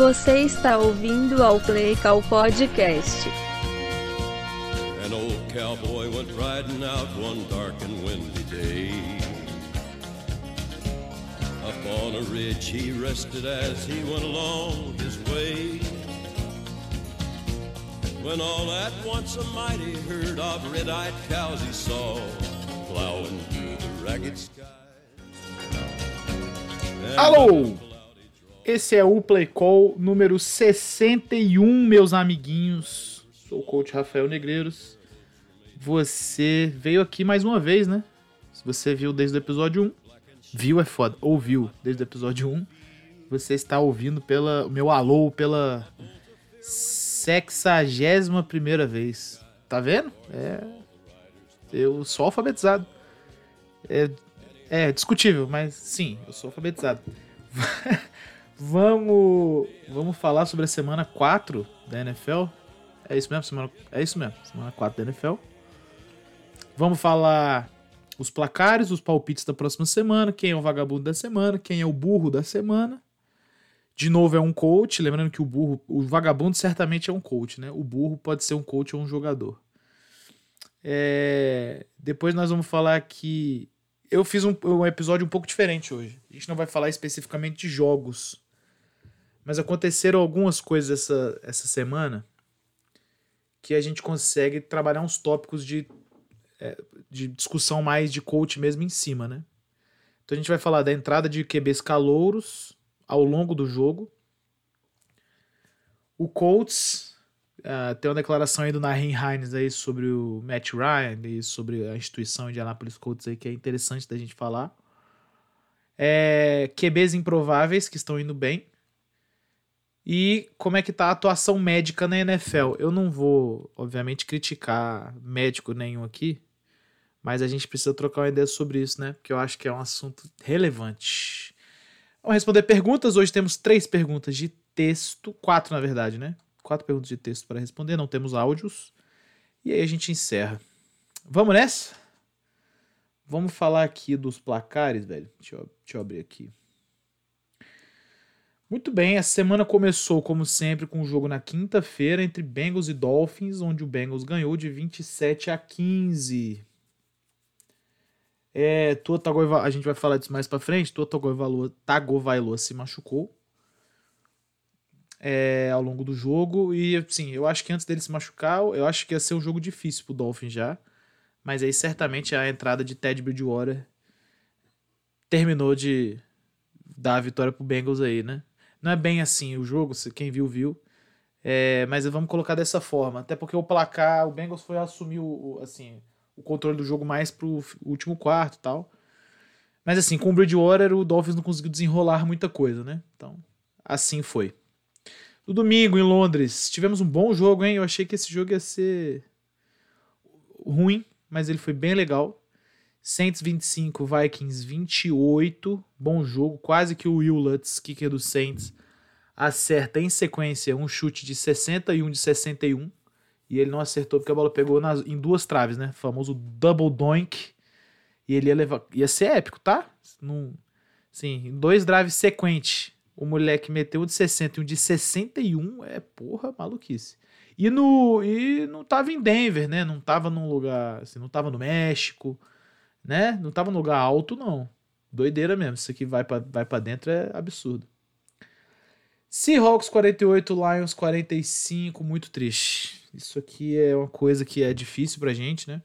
Você está ouvindo ao Play Call Podcast. An old cowboy went riding out one dark and windy day. Up on a ridge he rested as he went along his way. When all at once a mighty herd of red-eyed cows he saw plowing through the ragged skies. Alô! Esse é o Play Call número 61, meus amiguinhos. Sou o coach Rafael Negreiros. Você veio aqui mais uma vez, né? Se você viu desde o episódio 1, viu é foda, ouviu desde o episódio 1, você está ouvindo o meu alô pela 61ª vez. Tá vendo? Eu sou alfabetizado. É discutível, mas sim, eu sou alfabetizado. Vamos falar sobre a semana 4 da NFL. É isso mesmo, semana 4 da NFL. Vamos falar os placares, os palpites da próxima semana, quem é o vagabundo da semana, quem é o burro da semana. De novo é um coach, lembrando que o vagabundo certamente é um coach, né? O burro pode ser um coach ou um jogador. Depois nós vamos falar que eu fiz um episódio um pouco diferente hoje. A gente não vai falar especificamente de jogos, mas aconteceram algumas coisas essa semana que a gente consegue trabalhar uns tópicos de discussão mais de coach mesmo em cima, né? Então a gente vai falar da entrada de QBs calouros ao longo do jogo. O Colts tem uma declaração aí do Nyheim Hines aí sobre o Matt Ryan e sobre a instituição Indianapolis Colts aí que é interessante da gente falar. QBs improváveis que estão indo bem. E como é que tá a atuação médica na NFL. Eu não vou, obviamente, criticar médico nenhum aqui, mas a gente precisa trocar uma ideia sobre isso, né? Porque eu acho que é um assunto relevante. Vamos responder perguntas. Hoje temos 3 perguntas de texto. 4, na verdade, né? 4 perguntas de texto para responder. Não temos áudios. E aí a gente encerra. Vamos nessa? Vamos falar aqui dos placares, velho. Deixa eu abrir aqui. Muito bem, a semana começou, como sempre, com um jogo na quinta-feira entre Bengals e Dolphins, onde o Bengals ganhou de 27-15. A gente vai falar disso mais pra frente. Tua Tagovailoa se machucou ao longo do jogo. E, assim, eu acho que antes dele se machucar, eu acho que ia ser um jogo difícil pro Dolphins já. Mas aí, certamente, a entrada de Teddy Bridgewater terminou de dar a vitória pro Bengals aí, né? Não é bem assim o jogo, quem viu. Mas vamos colocar dessa forma. Até porque o placar, o Bengals foi assumir o controle do jogo mais pro último quarto e tal. Mas assim, com o Bridgewater, o Dolphins não conseguiu desenrolar muita coisa, né? Então, assim foi. No domingo, em Londres, tivemos um bom jogo, hein? Eu achei que esse jogo ia ser ruim, mas ele foi bem legal. Saints 25, Vikings 28, bom jogo, quase que o Will Lutz, kicker do Saints, acerta em sequência um chute de 61 de 61, e ele não acertou porque a bola pegou em 2 traves, né, famoso double doink, e ele ia ser épico, tá? Sim, em 2 drives sequentes, o moleque meteu um de 60 e um de 61, porra, maluquice. E não tava em Denver, né, não tava num lugar, assim, não tava no México, né? Não tava no lugar alto, não. Doideira mesmo. Isso aqui vai pra dentro é absurdo. Seahawks 48, Lions 45. Muito triste. Isso aqui é uma coisa que é difícil pra gente, né?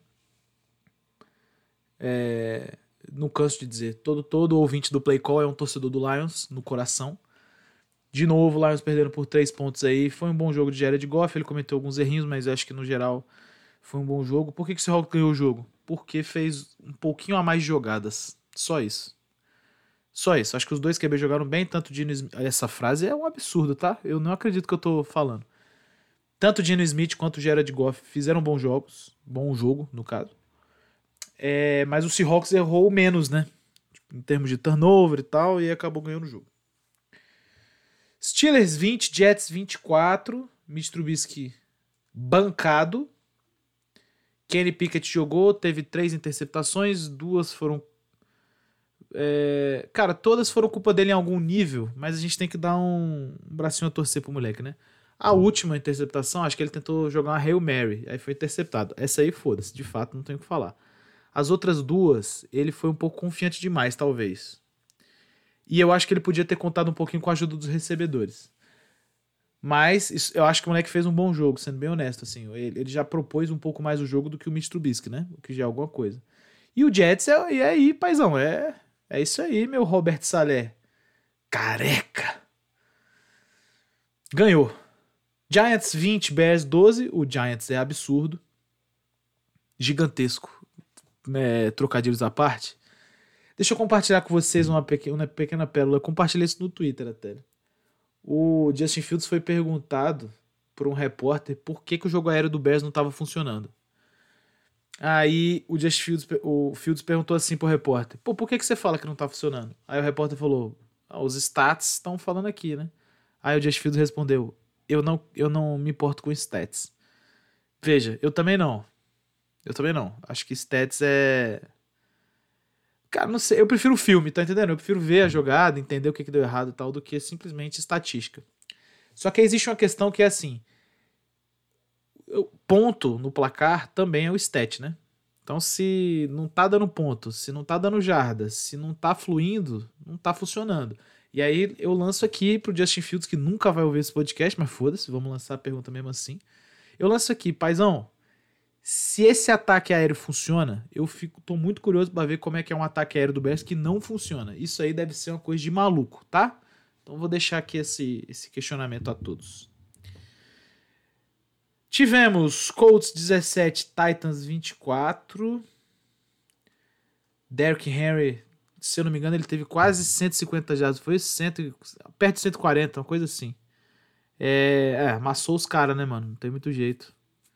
Não canso de dizer. Todo ouvinte do Play Call é um torcedor do Lions no coração. De novo, o Lions perdendo por 3 pontos aí. Foi um bom jogo de Jared Goff. Ele cometeu alguns errinhos, mas eu acho que no geral foi um bom jogo. Por que o Seahawks ganhou o jogo? Porque fez um pouquinho a mais de jogadas. Só isso. Acho que os 2 QB jogaram bem. Tanto Geno Smith... Essa frase é um absurdo, tá? Eu não acredito que eu tô falando. Tanto Geno Smith quanto o Jared Goff fizeram bons jogos. Bom jogo, no caso. Mas o Seahawks errou menos, né? Em termos de turnover e tal. E acabou ganhando o jogo. Steelers 20, Jets 24. Mitch Trubisky bancado. Kenny Pickett jogou, teve 3 interceptações, 2 foram Cara, todas foram culpa dele em algum nível, mas a gente tem que dar um bracinho a torcer pro moleque, né? A última interceptação, acho que ele tentou jogar uma Hail Mary, aí foi interceptado. Essa aí, foda-se, de fato, não tenho o que falar. As outras duas, ele foi um pouco confiante demais, talvez. E eu acho que ele podia ter contado um pouquinho com a ajuda dos recebedores. Mas eu acho que o moleque fez um bom jogo, sendo bem honesto, assim. Ele já propôs um pouco mais o jogo do que o Mitch Trubisky, né? O que já é alguma coisa. E o Jets e aí, paizão, é isso aí, meu Robert Saleh. Careca! Ganhou. Giants 20, Bears 12. O Giants é absurdo. Gigantesco. Trocadilhos à parte. Deixa eu compartilhar com vocês uma pequena pérola. Eu compartilhei isso no Twitter até. O Justin Fields foi perguntado por um repórter por que o jogo aéreo do Bears não estava funcionando. Aí o Fields perguntou assim pro repórter: pô, por que você fala que não tá funcionando? Aí o repórter falou: os stats estão falando aqui, né? Aí o Justin Fields respondeu: eu não me importo com stats. Veja, eu também não. Acho que stats é... Cara, não sei. Eu prefiro o filme, tá entendendo? Eu prefiro ver a jogada, entender o que deu errado e tal, do que simplesmente estatística. Só que existe uma questão que é assim: ponto no placar também é o stat, né? Então, se não tá dando ponto, se não tá dando jardas, se não tá fluindo, não tá funcionando. E aí eu lanço aqui pro Justin Fields, que nunca vai ouvir esse podcast, mas foda-se, vamos lançar a pergunta mesmo assim. Eu lanço aqui: paizão, se esse ataque aéreo funciona, tô muito curioso para ver como é que é um ataque aéreo do Bears que não funciona. Isso aí deve ser uma coisa de maluco, tá? Então vou deixar aqui esse questionamento a todos. Tivemos Colts 17, Titans 24. Derrick Henry, se eu não me engano, ele teve quase 150 jardas. Foi perto de 140, uma coisa assim. Amassou os caras, né, mano? Não tem muito jeito.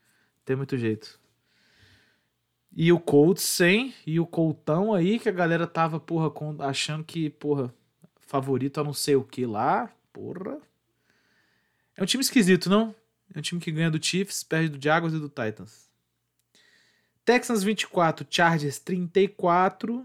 E o Colts, hein? E o Coltão aí, que a galera tava, porra, achando que, porra, favorito a não sei o que lá. Porra. É um time esquisito, não? É um time que ganha do Chiefs, perde do Jaguars e do Titans. Texans 24, Chargers 34.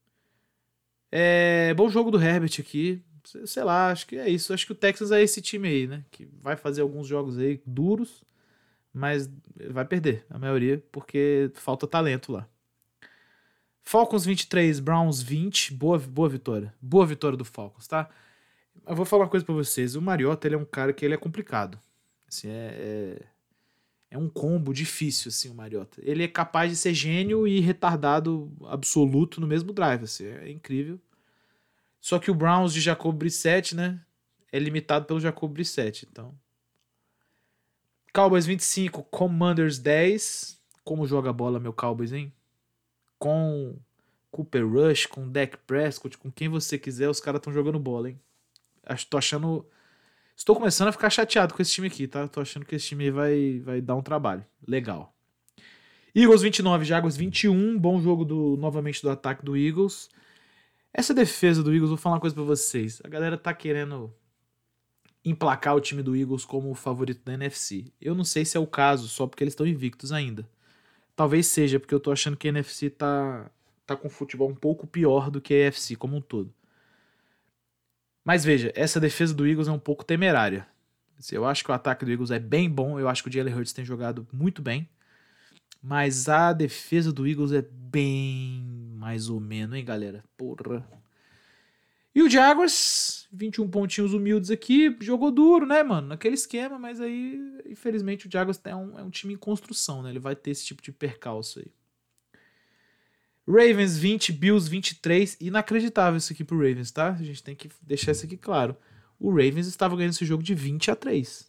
Bom jogo do Herbert aqui. Sei lá, acho que é isso. Acho que o Texans é esse time aí, né? Que vai fazer alguns jogos aí duros, mas vai perder a maioria, porque falta talento lá. Falcons 23, Browns 20. Boa vitória. Boa vitória do Falcons, tá? Eu vou falar uma coisa pra vocês. O Mariota, ele é um cara que ele é complicado. Assim, é um combo difícil, assim, o Mariota. Ele é capaz de ser gênio e retardado absoluto no mesmo drive, assim, é incrível. Só que o Browns de Jacob Brissett, né, é limitado pelo Jacob Brissett, então. Cowboys 25, Commanders 10. Como joga a bola, meu Cowboys, hein? Com Cooper Rush, com Dak Prescott, com quem você quiser, os caras estão jogando bola, hein? Estou começando a ficar chateado com esse time aqui, tá? Tô achando que esse time aí vai dar um trabalho. Legal. Eagles 29, Jaguars 21. Bom jogo novamente do ataque do Eagles. Essa defesa do Eagles, vou falar uma coisa pra vocês. A galera tá querendo emplacar o time do Eagles como o favorito da NFC. Eu não sei se é o caso, só porque eles estão invictos ainda. Talvez seja, porque eu tô achando que a NFC tá com futebol um pouco pior do que a AFC como um todo. Mas veja, essa defesa do Eagles é um pouco temerária. Eu acho que o ataque do Eagles é bem bom, eu acho que o Jalen Hurts tem jogado muito bem, mas a defesa do Eagles é bem mais ou menos, hein, galera? Porra. E o Jaguars, 21 pontinhos humildes aqui, jogou duro, né, mano? Naquele esquema, mas aí, infelizmente, o Jaguars é um time em construção, né? Ele vai ter esse tipo de percalço aí. Ravens 20, Bills 23. Inacreditável isso aqui pro Ravens, tá? A gente tem que deixar isso aqui claro. O Ravens estava ganhando esse jogo de 20-3.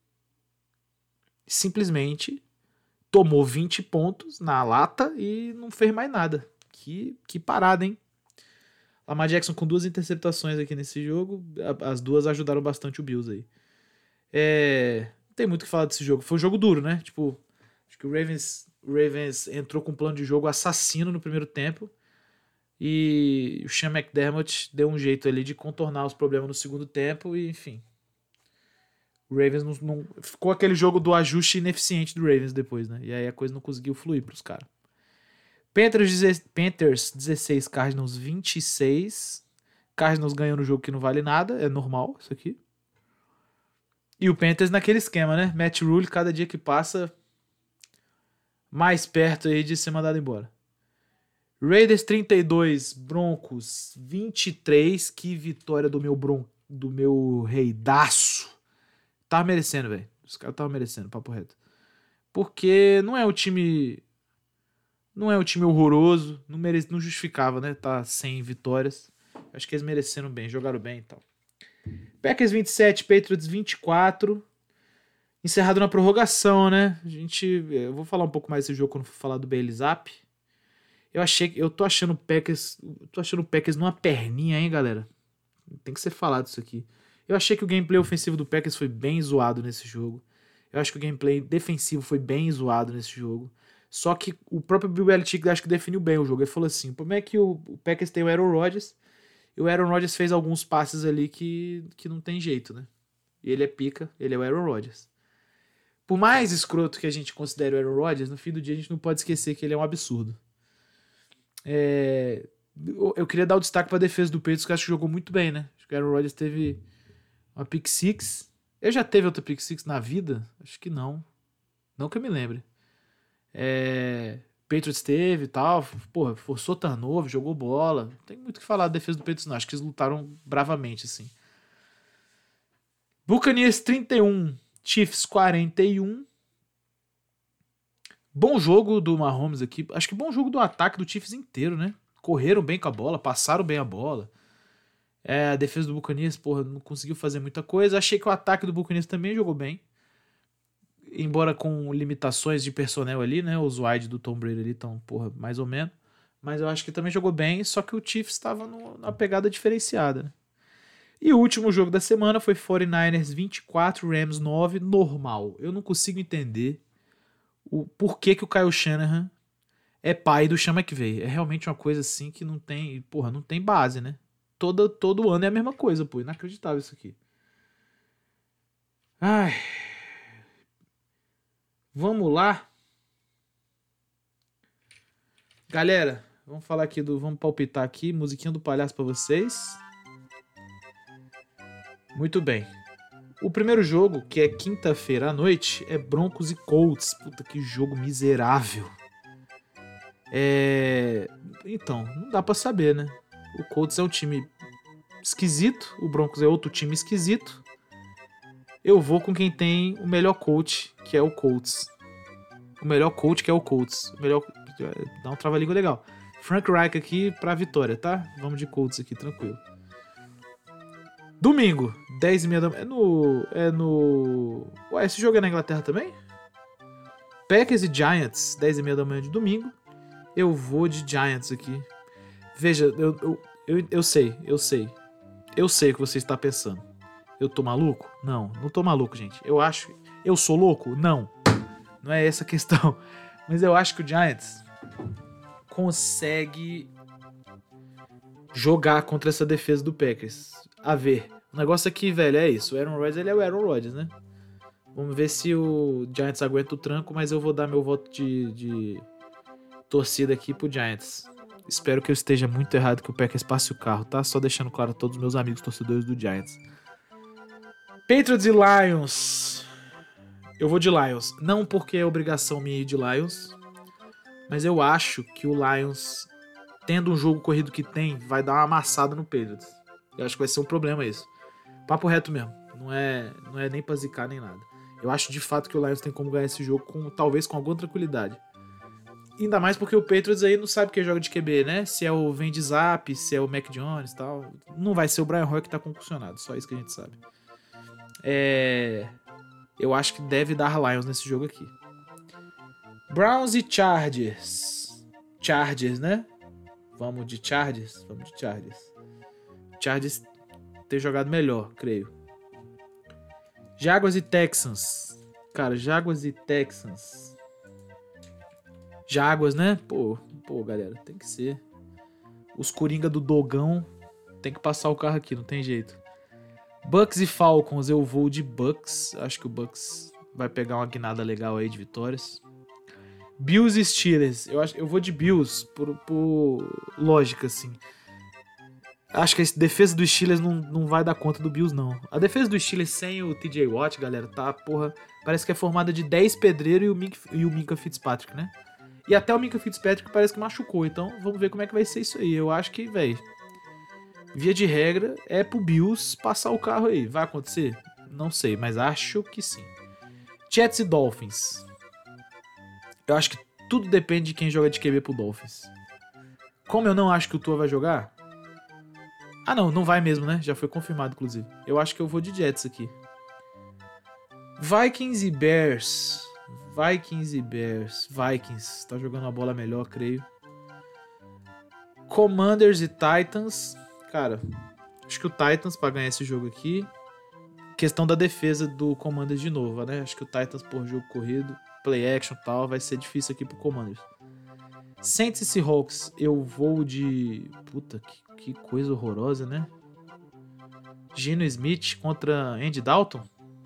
Simplesmente tomou 20 pontos na lata e não fez mais nada. Que parada, hein? Lamar Jackson com 2 interceptações aqui nesse jogo. As duas ajudaram bastante o Bills aí. Não tem muito o que falar desse jogo. Foi um jogo duro, né? Tipo, acho que o Ravens entrou com um plano de jogo assassino no primeiro tempo e o Sean McDermott deu um jeito ali de contornar os problemas no segundo tempo e, enfim. O Ravens não ficou aquele jogo do ajuste ineficiente do Ravens depois, né? E aí a coisa não conseguiu fluir pros caras. Panthers 16, Cardinals 26. Cardinals ganhando o jogo que não vale nada, é normal isso aqui. E o Panthers naquele esquema, né? Matt Rule, cada dia que passa, mais perto aí de ser mandado embora. Raiders 32, Broncos 23. Que vitória do meu reidaço. Tava merecendo, velho. Os caras estavam merecendo, papo reto. Porque não é um time horroroso, não justificava, né? Tá sem vitórias. Acho que eles mereceram bem, jogaram bem e tal. Packers 27, Patriots 24. Encerrado na prorrogação, né? Eu vou falar um pouco mais desse jogo quando for falar do Bailey Zapp. Eu tô achando o Packers numa perninha, hein, galera? Tem que ser falado isso aqui. Eu achei que o gameplay ofensivo do Packers foi bem zoado nesse jogo. Eu acho que o gameplay defensivo foi bem zoado nesse jogo. Só que o próprio Bill Belichick acho que definiu bem o jogo. Ele falou assim, o problema é que o Packers tem o Aaron Rodgers, e o Aaron Rodgers fez alguns passes ali que não tem jeito, né? E ele é pica, ele é o Aaron Rodgers. Por mais escroto que a gente considere o Aaron Rodgers, no fim do dia a gente não pode esquecer que ele é um absurdo. Eu queria dar o destaque para a defesa do Patriots, que eu acho que jogou muito bem, né? Acho que o Aaron Rodgers teve uma pick six. Ele já teve outra pick six na vida? Acho que não. Não que eu me lembre. Patriots teve e tal. Porra, forçou turnover, jogou bola. Não tem muito o que falar da defesa do Patriots, não. Acho que eles lutaram bravamente, assim. Buccaneers 31, Chiefs 41. Bom jogo do Mahomes aqui. Acho que bom jogo do ataque do Chiefs inteiro, né? Correram bem com a bola, passaram bem a bola. A defesa do Buccaneers, porra, não conseguiu fazer muita coisa. Achei que o ataque do Buccaneers também jogou bem. Embora com limitações de personnel ali, né? Os wide do Tom Brady ali estão, porra, mais ou menos. Mas eu acho que também jogou bem, só que o Chiefs estava numa pegada diferenciada, né? E o último jogo da semana foi 49ers 24, Rams 9, normal. Eu não consigo entender o porquê que o Kyle Shanahan é pai do Sean McVay. É realmente uma coisa assim que não tem, porra, não tem base, né? Todo ano é a mesma coisa, pô. Inacreditável isso aqui. Ai. Vamos lá. Galera, vamos falar aqui vamos palpitar aqui, musiquinha do palhaço pra vocês. Muito bem. O primeiro jogo, que é quinta-feira à noite, é Broncos e Colts. Puta, que jogo miserável. Então, não dá pra saber, né? O Colts é um time esquisito, o Broncos é outro time esquisito. Eu vou com quem tem o melhor coach, que é o Colts. O melhor coach, que é o Colts. Dá um trava-língua legal. Frank Reich aqui pra vitória, tá? Vamos de Colts aqui, tranquilo. Domingo, 10h30 da manhã. Ué, esse jogo é na Inglaterra também? Packers e Giants, 10h30 da manhã de domingo. Eu vou de Giants aqui. Veja, eu sei. Eu sei o que você está pensando. Eu tô maluco? Não tô maluco, gente. Eu sou louco? Não é essa a questão. Mas eu acho que o Giants consegue jogar contra essa defesa do Packers. A ver. O negócio aqui, velho, é isso. O Aaron Rodgers, ele é o Aaron Rodgers, né? Vamos ver se o Giants aguenta o tranco, mas eu vou dar meu voto de torcida aqui pro Giants. Espero que eu esteja muito errado, que o Packers passe o carro, tá? Só deixando claro a todos os meus amigos torcedores do Giants. Patriots e Lions. Eu vou de Lions. Não porque é obrigação minha ir de Lions, mas eu acho que o Lions, tendo um jogo corrido que tem, vai dar uma amassada no Patriots. Eu acho que vai ser um problema isso. Papo reto mesmo. Não é nem pra zicar nem nada. Eu acho de fato que o Lions tem como ganhar esse jogo talvez com alguma tranquilidade. Ainda mais porque o Patriots aí não sabe quem joga de QB, né? Se é o Van de Zap, se é o Mac Jones e tal. Não vai ser o Brian Hoyer que tá concussionado. Só isso que a gente sabe. Eu acho que deve dar Lions nesse jogo aqui. Browns e Chargers. Chargers, né? Vamos de Chargers? Vamos de Chargers. Chargers ter jogado melhor, creio. Jaguars e Texans. Cara, Jaguars e Texans. Jaguars, né? Pô, galera, tem que ser. Os Coringa do Dogão tem que passar o carro aqui, não tem jeito. Bucks e Falcons, eu vou de Bucks. Acho que o Bucks vai pegar uma guinada legal aí de vitórias. Bills e Steelers. Eu vou de Bills por lógica, assim. Acho que a defesa dos Steelers não vai dar conta do Bills, não. A defesa dos Steelers sem o TJ Watt, galera, tá, porra, parece que é formada de 10 pedreiros e o Minka Fitzpatrick, né? E até o Minka Fitzpatrick parece que machucou, então vamos ver como é que vai ser isso aí. Eu acho que, velho, via de regra, é pro Bills passar o carro aí. Vai acontecer? Não sei, mas acho que sim. Jets e Dolphins. Eu acho que tudo depende de quem joga de QB pro Dolphins. Como eu não acho que o Tua vai jogar... Ah, não vai mesmo, né? Já foi confirmado, inclusive. Eu acho que eu vou de Jets aqui. Vikings e Bears. Vikings. Tá jogando uma bola melhor, creio. Commanders e Titans. Cara, acho que o Titans pra ganhar esse jogo aqui. Questão da defesa do Commanders de novo, né? Acho que o Titans, por jogo corrido, play action e tal, vai ser difícil aqui pro Commanders. Saints e Seahawks, eu vou de... Puta, que coisa horrorosa, né? Geno Smith contra Andy Dalton?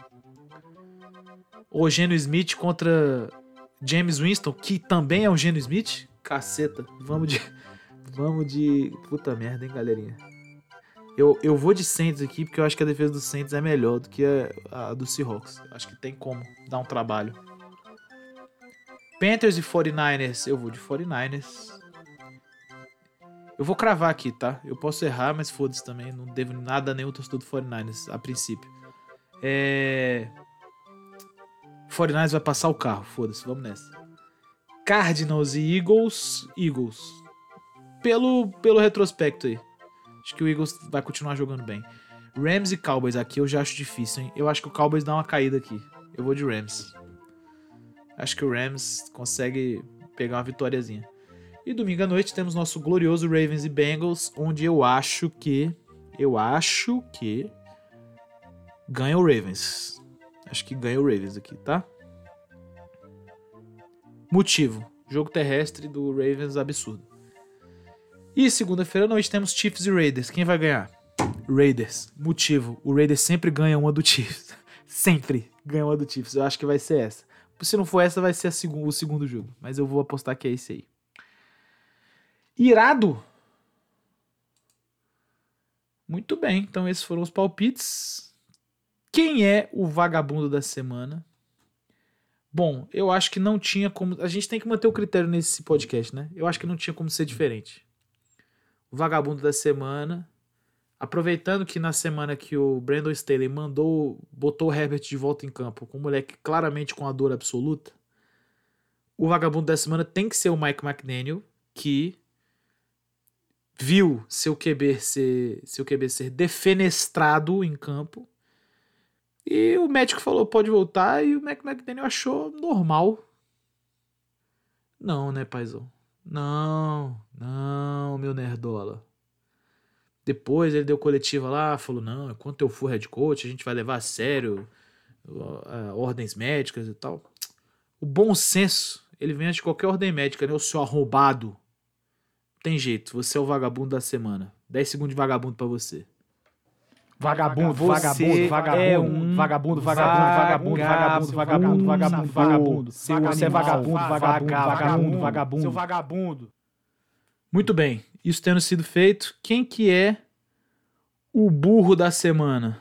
Ou Geno Smith contra James Winston, que também é um Geno Smith? Caceta, vamos de... Puta merda, hein, galerinha? Eu vou de Saints aqui, porque eu acho que a defesa do Saints é melhor do que a do Seahawks. Acho que tem como dar um trabalho. Panthers e 49ers, eu vou de 49ers. Eu vou cravar aqui, tá? Eu posso errar, mas foda-se também. Não devo nada a nenhum torcedor do 49ers, a princípio. 49ers vai passar o carro, foda-se, vamos nessa. Cardinals e Eagles. Pelo retrospecto aí. Acho que o Eagles vai continuar jogando bem. Rams e Cowboys, aqui eu já acho difícil, hein? Eu acho que o Cowboys dá uma caída aqui. Eu vou de Rams. Acho que o Rams consegue pegar uma vitóriazinha. E domingo à noite temos nosso glorioso Ravens e Bengals, onde eu acho que ganha o Ravens. Acho que ganha o Ravens aqui, tá? Motivo: jogo terrestre do Ravens absurdo. E segunda-feira à noite temos Chiefs e Raiders. Quem vai ganhar? Raiders. Motivo: o Raiders sempre ganha uma do Chiefs. Sempre ganha uma do Chiefs. Eu acho que vai ser essa. Se não for essa, vai ser o segundo jogo. Mas eu vou apostar que é esse aí. Irado? Muito bem. Então esses foram os palpites. Quem é o vagabundo da semana? Bom, eu acho que não tinha como... A gente tem que manter o critério nesse podcast, né? Eu acho que não tinha como ser diferente. O vagabundo da semana... Aproveitando que na semana que o Brandon Staley botou o Herbert de volta em campo com um moleque claramente com a dor absoluta, o vagabundo da semana tem que ser o Mike McDaniel, que viu seu QB ser defenestrado em campo, e o médico falou pode voltar, e o Mike McDaniel achou normal. Não, né, paizão? Não, meu nerdola. Depois ele deu coletiva lá, falou, não, enquanto eu for head coach, a gente vai levar a sério ordens médicas e tal. O bom senso, ele vem antes de qualquer ordem médica, né? O seu arrombado. Tem jeito, você é o vagabundo da semana. 10 segundos de vagabundo pra você. Vagabundo. Você é vagabundo. Seu vagabundo. Muito bem, isso tendo sido feito, quem que é o burro da semana?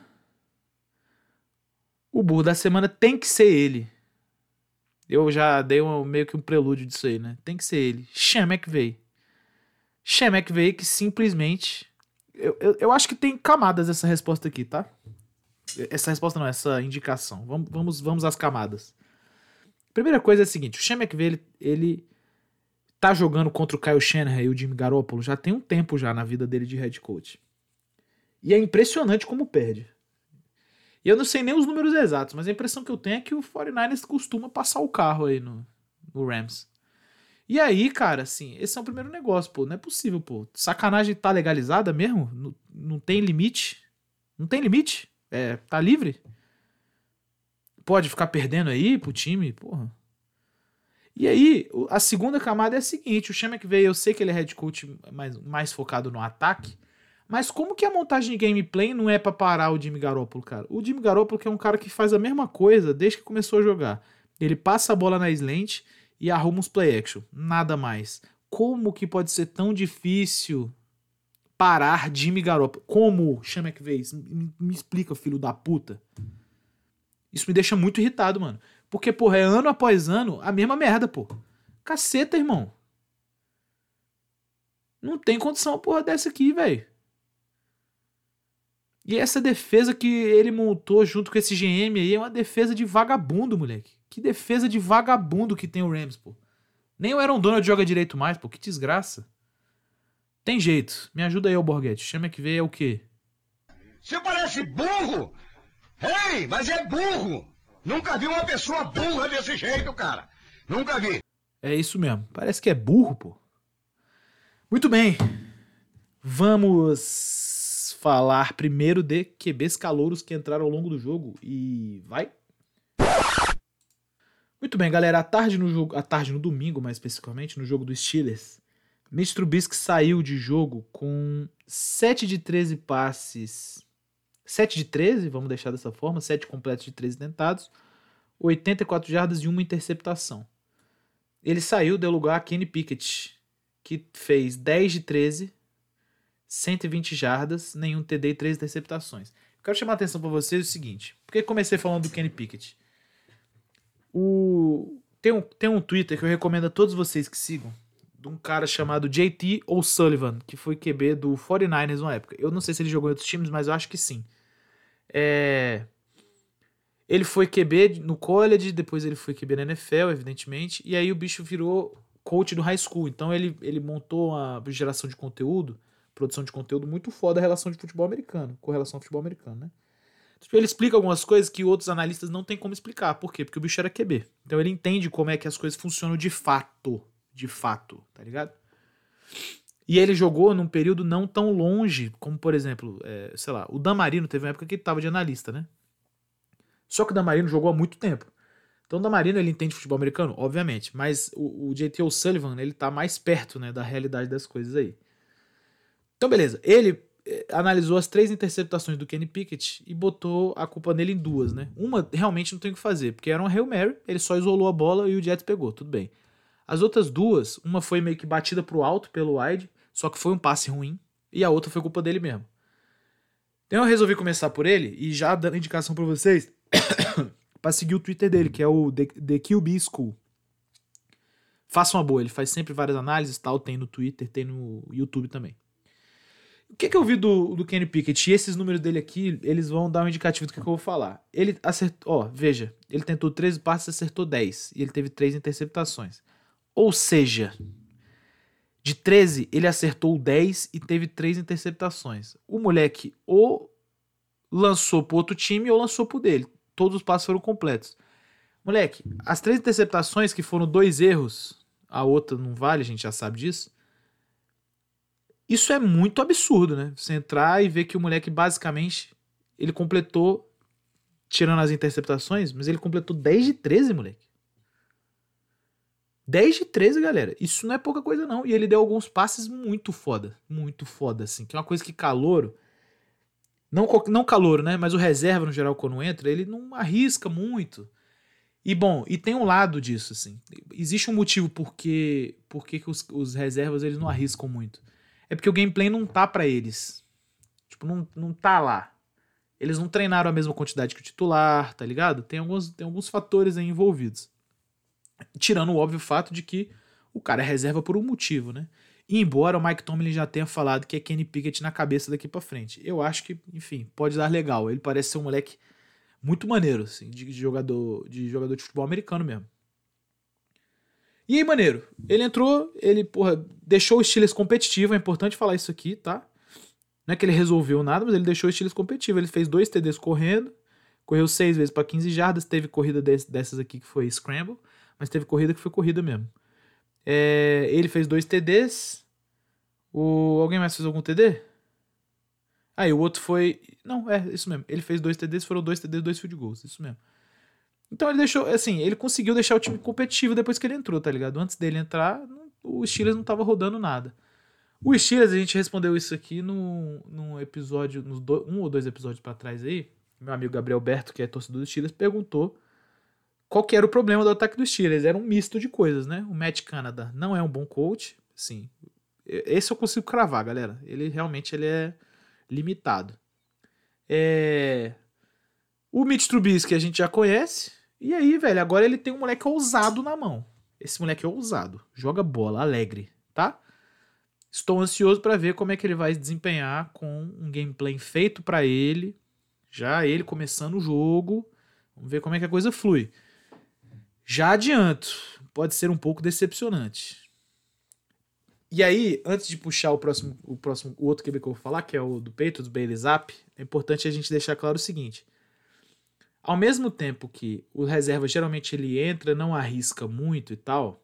O burro da semana tem que ser ele. Eu já dei meio que um prelúdio disso aí, né? Tem que ser ele. Sean McVay. Sean McVay que simplesmente... Eu acho que tem camadas essa resposta aqui, tá? Essa resposta não, essa indicação. Vamos às camadas. Primeira coisa é a seguinte, o Sean McVay, ele tá jogando contra o Kyle Shanahan e o Jimmy Garoppolo já tem um tempo já na vida dele de head coach. E é impressionante como perde. E eu não sei nem os números exatos, mas a impressão que eu tenho é que o 49ers costuma passar o carro aí no Rams. E aí, cara, assim, esse é o primeiro negócio, pô. Não é possível, pô. Sacanagem tá legalizada mesmo? Não tem limite? Não tem limite? Tá livre? Pode ficar perdendo aí pro time? Porra. E aí, a segunda camada é a seguinte, o Sean McVay, eu sei que ele é head coach mais focado no ataque, mas como que a montagem de gameplay não é pra parar o Jimmy Garoppolo, cara? O Jimmy Garoppolo que é um cara que faz a mesma coisa desde que começou a jogar. Ele passa a bola na slant e arruma uns play action. Nada mais. Como que pode ser tão difícil parar Jimmy Garoppolo? Como? Chama que vez. Me explica, filho da puta. Isso me deixa muito irritado, mano. Porque, porra, é ano após ano a mesma merda, pô. Caceta, irmão. Não tem condição uma porra dessa aqui, velho. E essa defesa que ele montou junto com esse GM aí é uma defesa de vagabundo, moleque. Que defesa de vagabundo que tem o Rams, pô. Nem o Aaron Donald joga direito mais, pô. Que desgraça. Tem jeito. Me ajuda aí, ô Borghetti. Chama que veio é o quê? Você parece burro! Ei, mas é burro! Nunca vi uma pessoa burra desse jeito, cara. Nunca vi. É isso mesmo. Parece que é burro, pô. Muito bem. Vamos falar primeiro de QBs calouros que entraram ao longo do jogo. E vai. Muito bem, galera. À tarde no domingo, mais especificamente, no jogo do Steelers, Mitch Trubisky saiu de jogo com 7 de 13 passes. 7 de 13, vamos deixar dessa forma. 7 completos de 13 tentados. 84 jardas e uma interceptação. Ele saiu, deu lugar a Kenny Pickett, que fez 10 de 13, 120 jardas, nenhum TD e 3 interceptações. Eu quero chamar a atenção para vocês o seguinte. Por que comecei falando do Kenny Pickett? Tem um Twitter que eu recomendo a todos vocês que sigam, de um cara chamado JT O'Sullivan, que foi QB do 49ers uma época. Eu não sei se ele jogou em outros times, mas eu acho que sim. Ele foi QB no college, depois ele foi QB na NFL, evidentemente, e aí o bicho virou coach do high school. Então ele montou uma geração de conteúdo, produção de conteúdo muito foda, a relação de futebol americano, com relação ao futebol americano, né? Ele explica algumas coisas que outros analistas não têm como explicar. Por quê? Porque o bicho era QB. Então ele entende como é que as coisas funcionam de fato. De fato, tá ligado? E ele jogou num período não tão longe, como por exemplo, sei lá, o Dan Marino teve uma época que ele tava de analista, né? Só que o Dan Marino jogou há muito tempo. Então o Dan Marino, ele entende futebol americano? Obviamente. Mas o JT O'Sullivan, ele tá mais perto, né, da realidade das coisas aí. Então beleza, ele analisou as 3 interceptações do Kenny Pickett e botou a culpa nele em 2, né? Uma realmente não tem o que fazer, porque era uma Hail Mary, ele só isolou a bola e o Jets pegou, tudo bem. As outras 2, uma foi meio que batida pro alto pelo wide, só que foi um passe ruim, e a outra foi culpa dele mesmo. Então eu resolvi começar por ele, e já dando indicação pra vocês, pra seguir o Twitter dele, que é o The QB School. Faça uma boa, ele faz sempre várias análises, tal, tem no Twitter, tem no YouTube também. O que eu vi do Kenny Pickett? E esses números dele aqui, eles vão dar um indicativo do que eu vou falar. Ele acertou, veja, ele tentou 13 passes, acertou 10, e ele teve 3 interceptações. Ou seja, de 13, ele acertou 10 e teve 3 interceptações. O moleque ou lançou pro outro time ou lançou pro dele. Todos os passes foram completos. Moleque, as 3 interceptações, que foram 2 erros, a outra não vale, a gente já sabe disso. Isso é muito absurdo, né? Você entrar e ver que o moleque, basicamente, ele completou, tirando as interceptações, mas ele completou 10 de 13, moleque. 10 de 13, galera. Isso não é pouca coisa, não. E ele deu alguns passes muito foda, assim. Que é uma coisa que calouro, não calouro, né? Mas o reserva, no geral, quando entra, ele não arrisca muito. E, bom, e tem um lado disso, assim. Existe um motivo por que os reservas, eles não arriscam muito. É porque o gameplay não tá pra eles. Tipo, não tá lá. Eles não treinaram a mesma quantidade que o titular, tá ligado? Tem alguns fatores aí envolvidos. Tirando o óbvio fato de que o cara é reserva por um motivo, né? E embora o Mike Tomlin já tenha falado que é Kenny Pickett na cabeça daqui pra frente. Eu acho que, enfim, pode dar legal. Ele parece ser um moleque muito maneiro, assim, de jogador de futebol americano mesmo. E aí, maneiro, ele entrou, ele, deixou o Steelers competitivo, é importante falar isso aqui, tá? Não é que ele resolveu nada, mas ele deixou o Steelers competitivo. Ele fez 2 TDs correndo, correu 6 vezes para 15 jardas, teve corrida dessas aqui que foi scramble, mas teve corrida que foi corrida mesmo. Ele fez 2 TDs, alguém mais fez algum TD? E o outro foi... Não, isso mesmo, ele fez 2 TDs, foram 2 TDs, 2 field goals, isso mesmo. Então ele deixou, assim, ele conseguiu deixar o time competitivo depois que ele entrou, tá ligado? Antes dele entrar, o Steelers não tava rodando nada. O Steelers, a gente respondeu isso aqui num episódio, um ou 2 episódios pra trás aí. Meu amigo Gabriel Berto, que é torcedor do Steelers, perguntou qual que era o problema do ataque dos Steelers? Era um misto de coisas, né? O Matt Canada não é um bom coach, sim. Esse eu consigo cravar, galera. Ele realmente é limitado. O Mitch Trubisky a gente já conhece. E aí, velho, agora ele tem um moleque ousado na mão. Esse moleque é ousado. Joga bola, alegre, tá? Estou ansioso para ver como é que ele vai se desempenhar com um gameplay feito para ele. Já ele começando o jogo. Vamos ver como é que a coisa flui. Já adianto, pode ser um pouco decepcionante. E aí, antes de puxar o outro QB que eu vou falar, que é o do Patriots, Bailey Zappi, é importante a gente deixar claro o seguinte. Ao mesmo tempo que o reserva geralmente ele entra, não arrisca muito e tal,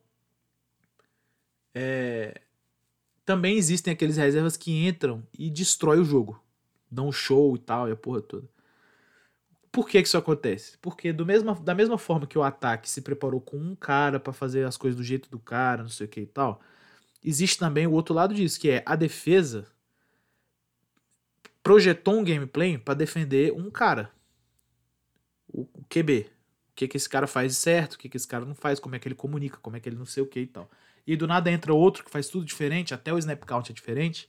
também existem aqueles reservas que entram e destroem o jogo. Dão show e tal, e a porra toda. Por que isso acontece? Porque da mesma forma que o ataque se preparou com um cara pra fazer as coisas do jeito do cara, não sei o que e tal, existe também o outro lado disso, que é a defesa projetou um gameplay pra defender um cara. O QB. O que esse cara faz certo, o que esse cara não faz, como é que ele comunica, como é que ele não sei o que e tal. E do nada entra outro que faz tudo diferente, até o snap count é diferente.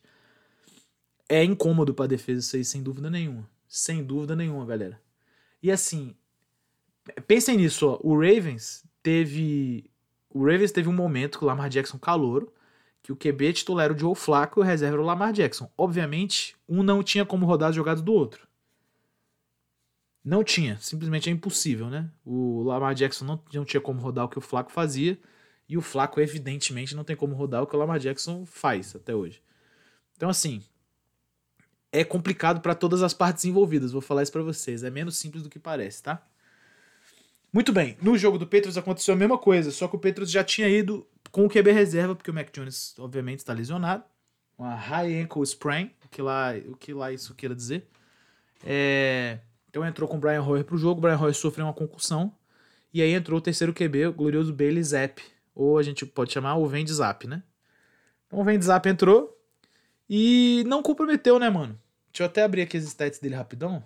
É incômodo pra defesa isso aí, sem dúvida nenhuma. Sem dúvida nenhuma, galera. E assim, pensem nisso, ó. O Ravens teve um momento que o Lamar Jackson calouro, que o QB titular era o Joe Flacco e o reserva era o Lamar Jackson. Obviamente, um não tinha como rodar as jogadas do outro. Não tinha, simplesmente é impossível, né? O Lamar Jackson não tinha como rodar o que o Flacco fazia, e o Flacco evidentemente não tem como rodar o que o Lamar Jackson faz até hoje. Então assim, é complicado para todas as partes envolvidas, vou falar isso para vocês, é menos simples do que parece, tá? Muito bem, no jogo do Patriots aconteceu a mesma coisa, só que o Patriots já tinha ido com o QB reserva, porque o Mac Jones obviamente está lesionado, uma high ankle sprain, o que lá isso queira dizer. Então entrou com o Brian Hoyer pro jogo, o Brian Hoyer sofreu uma concussão, e aí entrou o terceiro QB, o glorioso Bailey Zappi, ou a gente pode chamar o Vende Zap, né? Então o Vende Zap entrou e não comprometeu, né, mano? Deixa eu até abrir aqui as stats dele rapidão.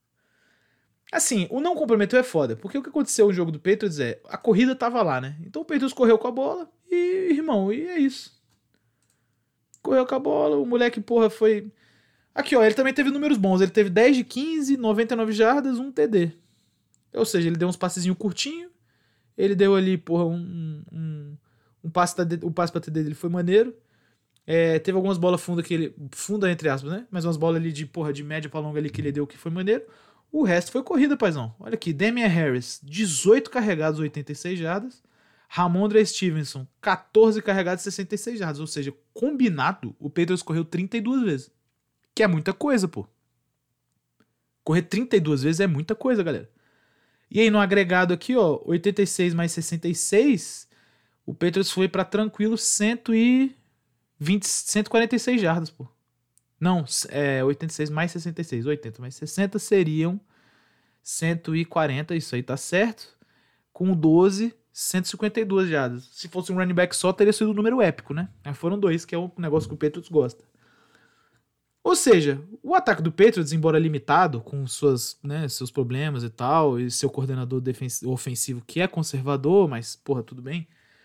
Assim, o não comprometeu é foda, porque o que aconteceu no jogo do Patriots a corrida tava lá, né? Então o Patriots correu com a bola e, irmão, e é isso. Correu com a bola, o moleque, porra, foi... Aqui, ó, ele também teve números bons. Ele teve 10 de 15, 99 jardas, 1 TD. Ou seja, ele deu uns passezinho curtinho. Ele deu ali, porra, um passe pra TD dele foi maneiro. Teve algumas bolas fundas que ele... Funda, entre aspas, né? Mas umas bolas ali de média pra longa ali que ele deu que foi maneiro. O resto foi corrida, paizão. Olha aqui, Damian Harris, 18 carregados, 86 jardas. Ramondre Stevenson, 14 carregados, 66 jardas. Ou seja, combinado, o Patriots correu 32 vezes. Que é muita coisa, pô. Correr 32 vezes é muita coisa, galera. E aí, no agregado aqui, ó, 86 mais 66, o Patriots foi pra tranquilo 146 jardas, pô. Não, 86 mais 66, 80 mais 60 seriam 140, isso aí tá certo. Com 12, 152 jardas. Se fosse um running back só, teria sido um número épico, né? Mas foram dois, que é um negócio que o Patriots gosta. Ou seja, o ataque do Patriots, embora limitado, com seus problemas e tal, e seu coordenador ofensivo que é conservador, mas, porra, tudo bem,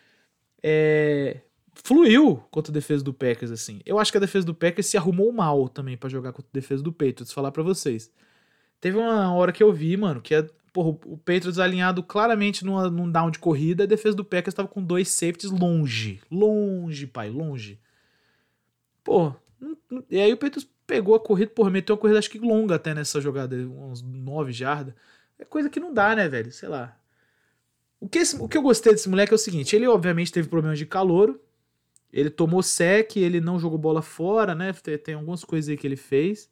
fluiu contra a defesa do Packers, assim. Eu acho que a defesa do Packers se arrumou mal também pra jogar contra a defesa do Patriots, falar pra vocês. Teve uma hora que eu vi, mano, que o Patriots alinhado claramente num down de corrida, a defesa do Packers tava com 2 safeties longe, pai, longe. Pô, e aí o Patriots pegou a corrida, porra, meteu uma corrida acho que longa até nessa jogada, uns 9 jardas. É coisa que não dá, né, velho? Sei lá. O que eu gostei desse moleque é o seguinte, ele obviamente teve problemas de calouro, ele tomou sec, ele não jogou bola fora, né? Tem algumas coisas aí que ele fez.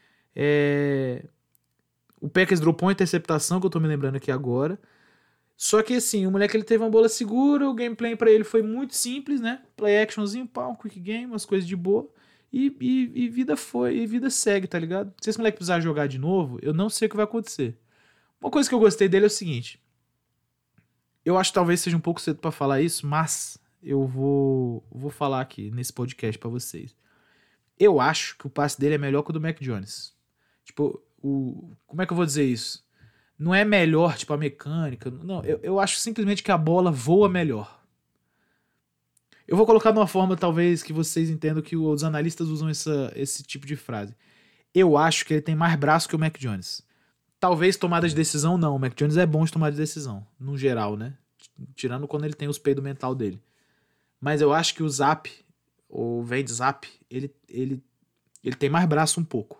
O Packers dropou uma interceptação, que eu tô me lembrando aqui agora. Só que assim, o moleque ele teve uma bola segura, o gameplay pra ele foi muito simples, né? Play actionzinho, pau, quick game, umas coisas de boa. E vida segue, tá ligado? Se esse moleque precisar jogar de novo, eu não sei o que vai acontecer. Uma coisa que eu gostei dele é o seguinte. Eu acho que talvez seja um pouco cedo pra falar isso, mas eu vou falar aqui nesse podcast pra vocês. Eu acho que o passe dele é melhor que o do Mac Jones. Tipo, como é que eu vou dizer isso? Não é melhor, tipo, a mecânica. Não, eu acho simplesmente que a bola voa melhor. Eu vou colocar de uma forma, talvez, que vocês entendam que os analistas usam esse tipo de frase. Eu acho que ele tem mais braço que o Mac Jones. Talvez tomada de decisão, não. O Mac Jones é bom de tomada de decisão, no geral, né? Tirando quando ele tem os peidos mental dele. Mas eu acho que o Zap, ou Vende Zap, ele tem mais braço um pouco.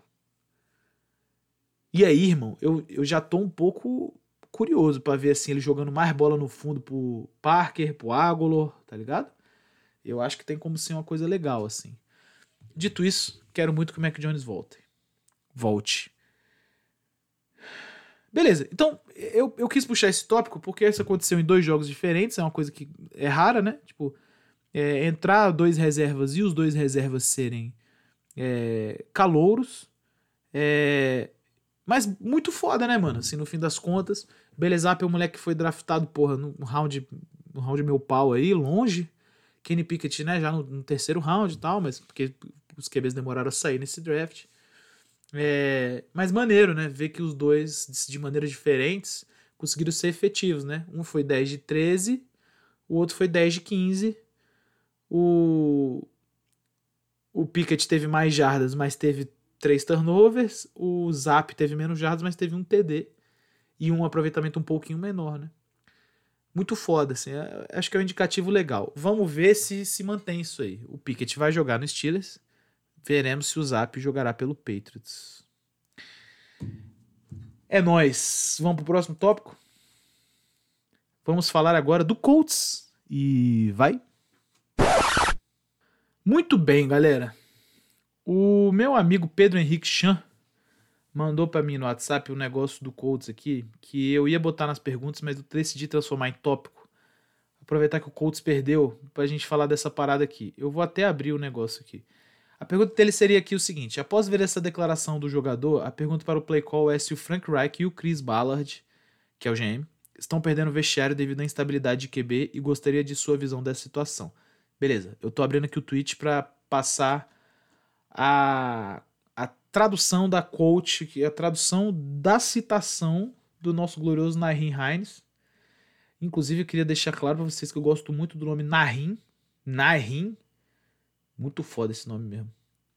E aí, irmão, eu já tô um pouco curioso pra ver assim, ele jogando mais bola no fundo pro Parker, pro Agholor, tá ligado? Eu acho que tem como ser uma coisa legal, assim. Dito isso, quero muito que o Mac Jones volte. Beleza, então eu quis puxar esse tópico porque isso aconteceu em 2 jogos diferentes, é uma coisa que é rara, né? Tipo, entrar 2 reservas e os 2 reservas serem calouros. Mas muito foda, né, mano? Assim, no fim das contas, Belezap é um moleque que foi draftado, porra, no round meu pau aí, longe. Kenny Pickett, né, já no 3º round e tal, mas porque os QBs demoraram a sair nesse draft. Mas maneiro, né? Ver que os dois, de maneiras diferentes, conseguiram ser efetivos, né? Um foi 10 de 13, o outro foi 10 de 15. O Pickett teve mais jardas, mas teve 3 turnovers. O Zap teve menos jardas, mas teve um TD. E um aproveitamento um pouquinho menor, né? Muito foda, assim. Acho que é um indicativo legal. Vamos ver se mantém isso aí. O Pickett vai jogar no Steelers. Veremos se o Zap jogará pelo Patriots. É nóis. Vamos pro próximo tópico? Vamos falar agora do Colts. E vai. Muito bem, galera. O meu amigo Pedro Henrique Chan mandou pra mim no WhatsApp um negócio do Colts aqui, que eu ia botar nas perguntas, mas eu decidi transformar em tópico. Aproveitar que o Colts perdeu pra gente falar dessa parada aqui. Eu vou até abrir o negócio aqui. A pergunta dele seria aqui o seguinte: após ver essa declaração do jogador, a pergunta para o play call é se o Frank Reich e o Chris Ballard, que é o GM, estão perdendo o vestiário devido à instabilidade de QB e gostaria de sua visão dessa situação. Beleza, eu tô abrindo aqui o tweet para passar a tradução da quote, que é a tradução da citação do nosso glorioso Nyheim Hines. Inclusive, eu queria deixar claro para vocês que eu gosto muito do nome Nyheim. Muito foda esse nome mesmo.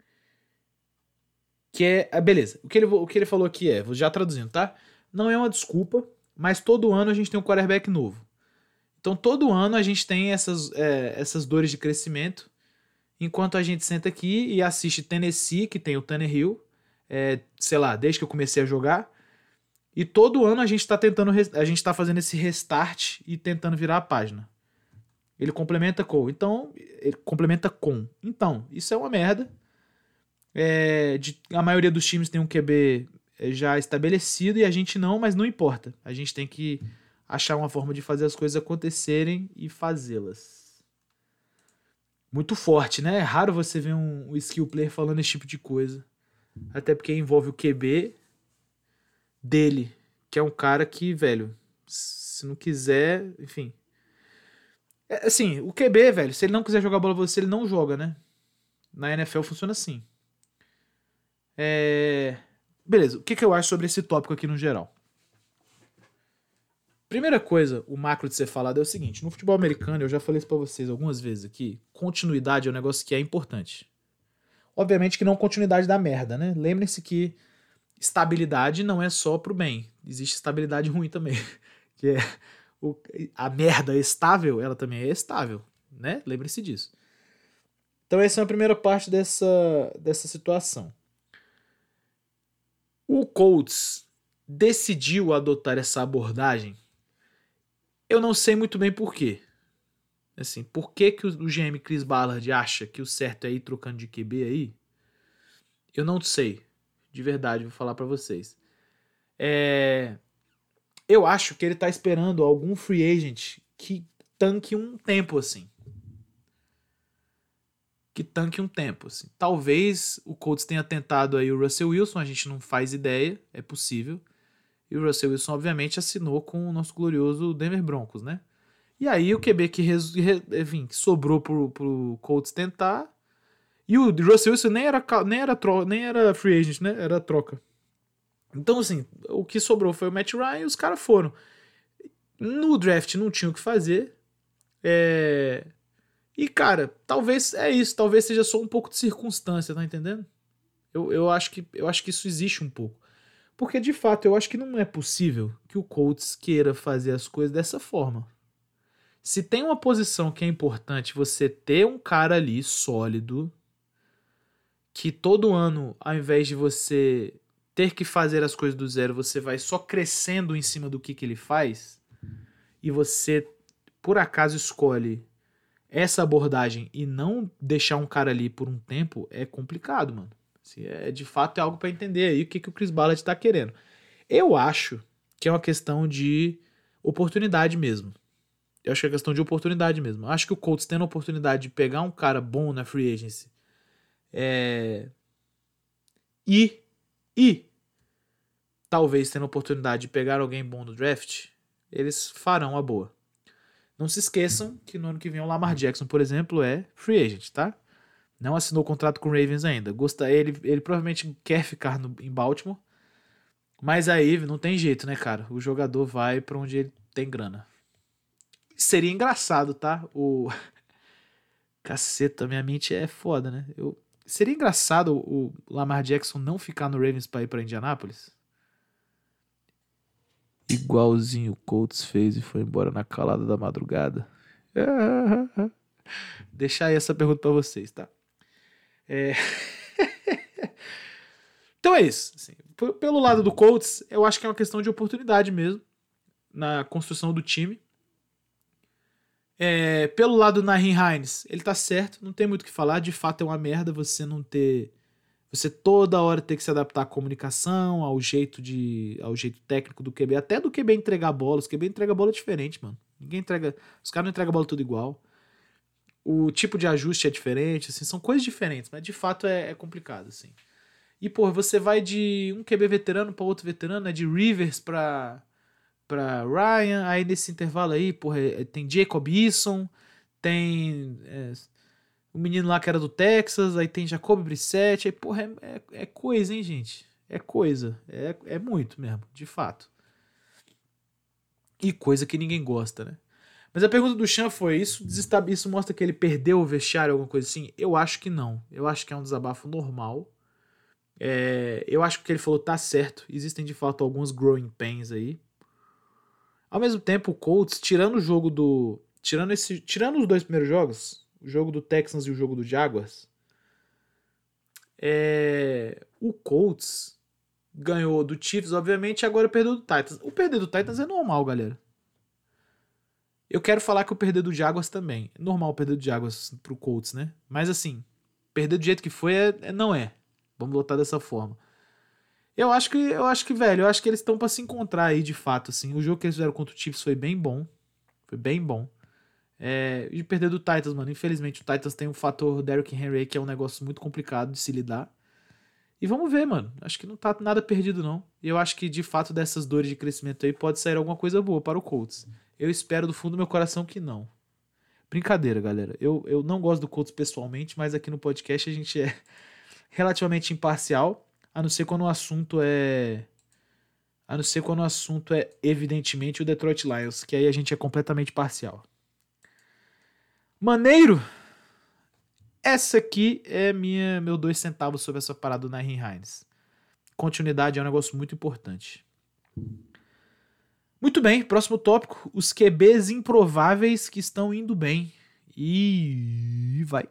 Que é... beleza, o que ele falou aqui vou já traduzindo, tá? Não é uma desculpa, mas todo ano a gente tem um quarterback novo. Então, todo ano a gente tem essas dores de crescimento, enquanto a gente senta aqui e assiste Tennessee, que tem o Tannehill, sei lá, desde que eu comecei a jogar. E todo ano a gente tá fazendo esse restart e tentando virar a página. Ele complementa com. Então, isso é uma merda. A maioria dos times tem um QB já estabelecido e a gente não, mas não importa. A gente tem que achar uma forma de fazer as coisas acontecerem e fazê-las. Muito forte, né? É raro você ver um skill player falando esse tipo de coisa. Até porque envolve o QB dele, que é um cara que, velho, se não quiser, enfim. Assim, o QB, velho, se ele não quiser jogar bola pra você, ele não joga, né? Na NFL funciona assim. Beleza, o que eu acho sobre esse tópico aqui no geral? Primeira coisa, o macro de ser falado é o seguinte: no futebol americano, eu já falei isso pra vocês algumas vezes aqui, continuidade é um negócio que é importante. Obviamente que não continuidade da merda, né? Lembrem-se que estabilidade não é só pro bem. Existe estabilidade ruim também. Que a merda estável, ela também é estável, né? Lembrem-se disso. Então essa é a primeira parte dessa situação. O Colts decidiu adotar essa abordagem. Eu não sei muito bem por quê. Assim, por que o GM Chris Ballard acha que o certo é ir trocando de QB aí? Eu não sei. De verdade, vou falar pra vocês. Eu acho que ele tá esperando algum free agent que tanque um tempo, assim. Talvez o Colts tenha tentado aí o Russell Wilson, a gente não faz ideia, é possível. E o Russell Wilson, obviamente, assinou com o nosso glorioso Denver Broncos, né? E aí o QB que sobrou pro Colts tentar. E o Russell Wilson nem era free agent, né? Era troca. Então, assim, o que sobrou foi o Matt Ryan e os caras foram. No draft não tinha o que fazer. E, cara, talvez é isso. Talvez seja só um pouco de circunstância, tá entendendo? Eu acho que isso existe um pouco. Porque, de fato, eu acho que não é possível que o Colts queira fazer as coisas dessa forma. Se tem uma posição que é importante você ter um cara ali sólido, que todo ano, ao invés de você ter que fazer as coisas do zero, você vai só crescendo em cima do que ele faz, e você, por acaso, escolhe essa abordagem e não deixar um cara ali por um tempo, é complicado, mano. Assim, de fato é algo pra entender aí o que o Chris Ballard tá querendo. Eu acho que é uma questão de oportunidade mesmo. Eu acho que é questão de oportunidade mesmo. Eu acho que o Colts tendo a oportunidade de pegar um cara bom na free agency e talvez tendo a oportunidade de pegar alguém bom no draft, eles farão a boa. Não se esqueçam que no ano que vem o Lamar Jackson, por exemplo, é free agent, tá? Não assinou contrato com o Ravens ainda. Ele provavelmente quer ficar em Baltimore, mas aí não tem jeito, né, cara? O jogador vai pra onde ele tem grana. Seria engraçado, tá? Caceta, minha mente é foda, né? Seria engraçado o Lamar Jackson não ficar no Ravens pra ir pra Indianápolis? Igualzinho o Colts fez e foi embora na calada da madrugada. Deixar aí essa pergunta pra vocês, tá? Então é isso. Assim, pelo lado do Colts, eu acho que é uma questão de oportunidade mesmo na construção do time. Pelo lado do Nyheim Hines, ele tá certo, não tem muito o que falar. De fato é uma merda você não ter... Você toda hora ter que se adaptar à comunicação, ao jeito técnico do QB, até do QB entregar a bola. Os QB entregam a bola diferente, mano. Os caras não entregam a bola tudo igual. O tipo de ajuste é diferente, assim, são coisas diferentes, mas de fato é complicado, assim. E, pô, você vai de um QB veterano pra outro veterano, né? De Rivers pra Ryan, aí nesse intervalo aí, porra, tem Jacob Eason, tem o menino lá que era do Texas, aí tem Jacob Brissett, aí, porra, é coisa, hein, gente? É coisa, é muito mesmo, de fato. E coisa que ninguém gosta, né? Mas a pergunta do Chan foi, isso mostra que ele perdeu o vestiário, alguma coisa assim? Eu acho que não, eu acho que é um desabafo normal. Eu acho que o que ele falou tá certo, existem de fato alguns growing pains aí. Ao mesmo tempo, o Colts, tirando os dois primeiros jogos, o jogo do Texans e o jogo do Jaguars, o Colts ganhou do Chiefs, obviamente, e agora perdeu do Titans. O perder do Titans é normal, galera. Eu quero falar que o perder do Jaguars também. É normal perder do Jaguars pro Colts, né? Mas assim, perder do jeito que foi não é. Vamos botar dessa forma. Eu acho que, velho, eles estão pra se encontrar aí, de fato, assim. O jogo que eles fizeram contra o Chiefs foi bem bom. Foi bem bom. E perder do Titans, mano. Infelizmente, o Titans tem um fator Derrick Henry que é um negócio muito complicado de se lidar. E vamos ver, mano. Acho que não tá nada perdido, não. E eu acho que, de fato, dessas dores de crescimento aí, pode sair alguma coisa boa para o Colts. Eu espero do fundo do meu coração que não. Brincadeira, galera. Eu não gosto do Colts pessoalmente, mas aqui no podcast a gente é relativamente imparcial. A não ser quando o assunto é evidentemente o Detroit Lions, que aí a gente é completamente parcial. Maneiro, essa aqui é meu 2 centavos sobre essa parada do Nyheim Hines. Continuidade é um negócio muito importante. Muito bem, próximo tópico, os QBs improváveis que estão indo bem. E vai.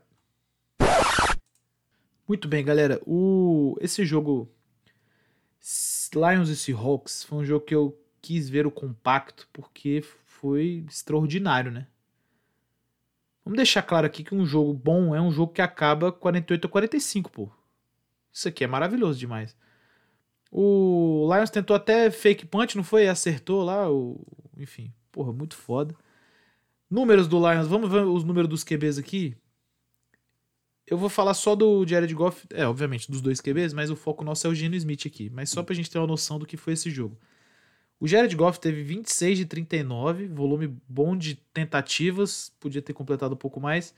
Muito bem, galera. Esse jogo Lions e Seahawks foi um jogo que eu quis ver o compacto porque foi extraordinário, né? Vamos deixar claro aqui que um jogo bom é um jogo que acaba 48-45, pô. Isso aqui é maravilhoso demais. O Lions tentou até fake punch, não foi? Acertou lá, enfim, porra, muito foda. Números do Lions, vamos ver os números dos QBs aqui. Eu vou falar só do Jared Goff, obviamente, dos dois QBs, mas o foco nosso é o Geno Smith aqui. Mas só pra gente ter uma noção do que foi esse jogo. O Jared Goff teve 26 de 39, volume bom de tentativas, podia ter completado um pouco mais.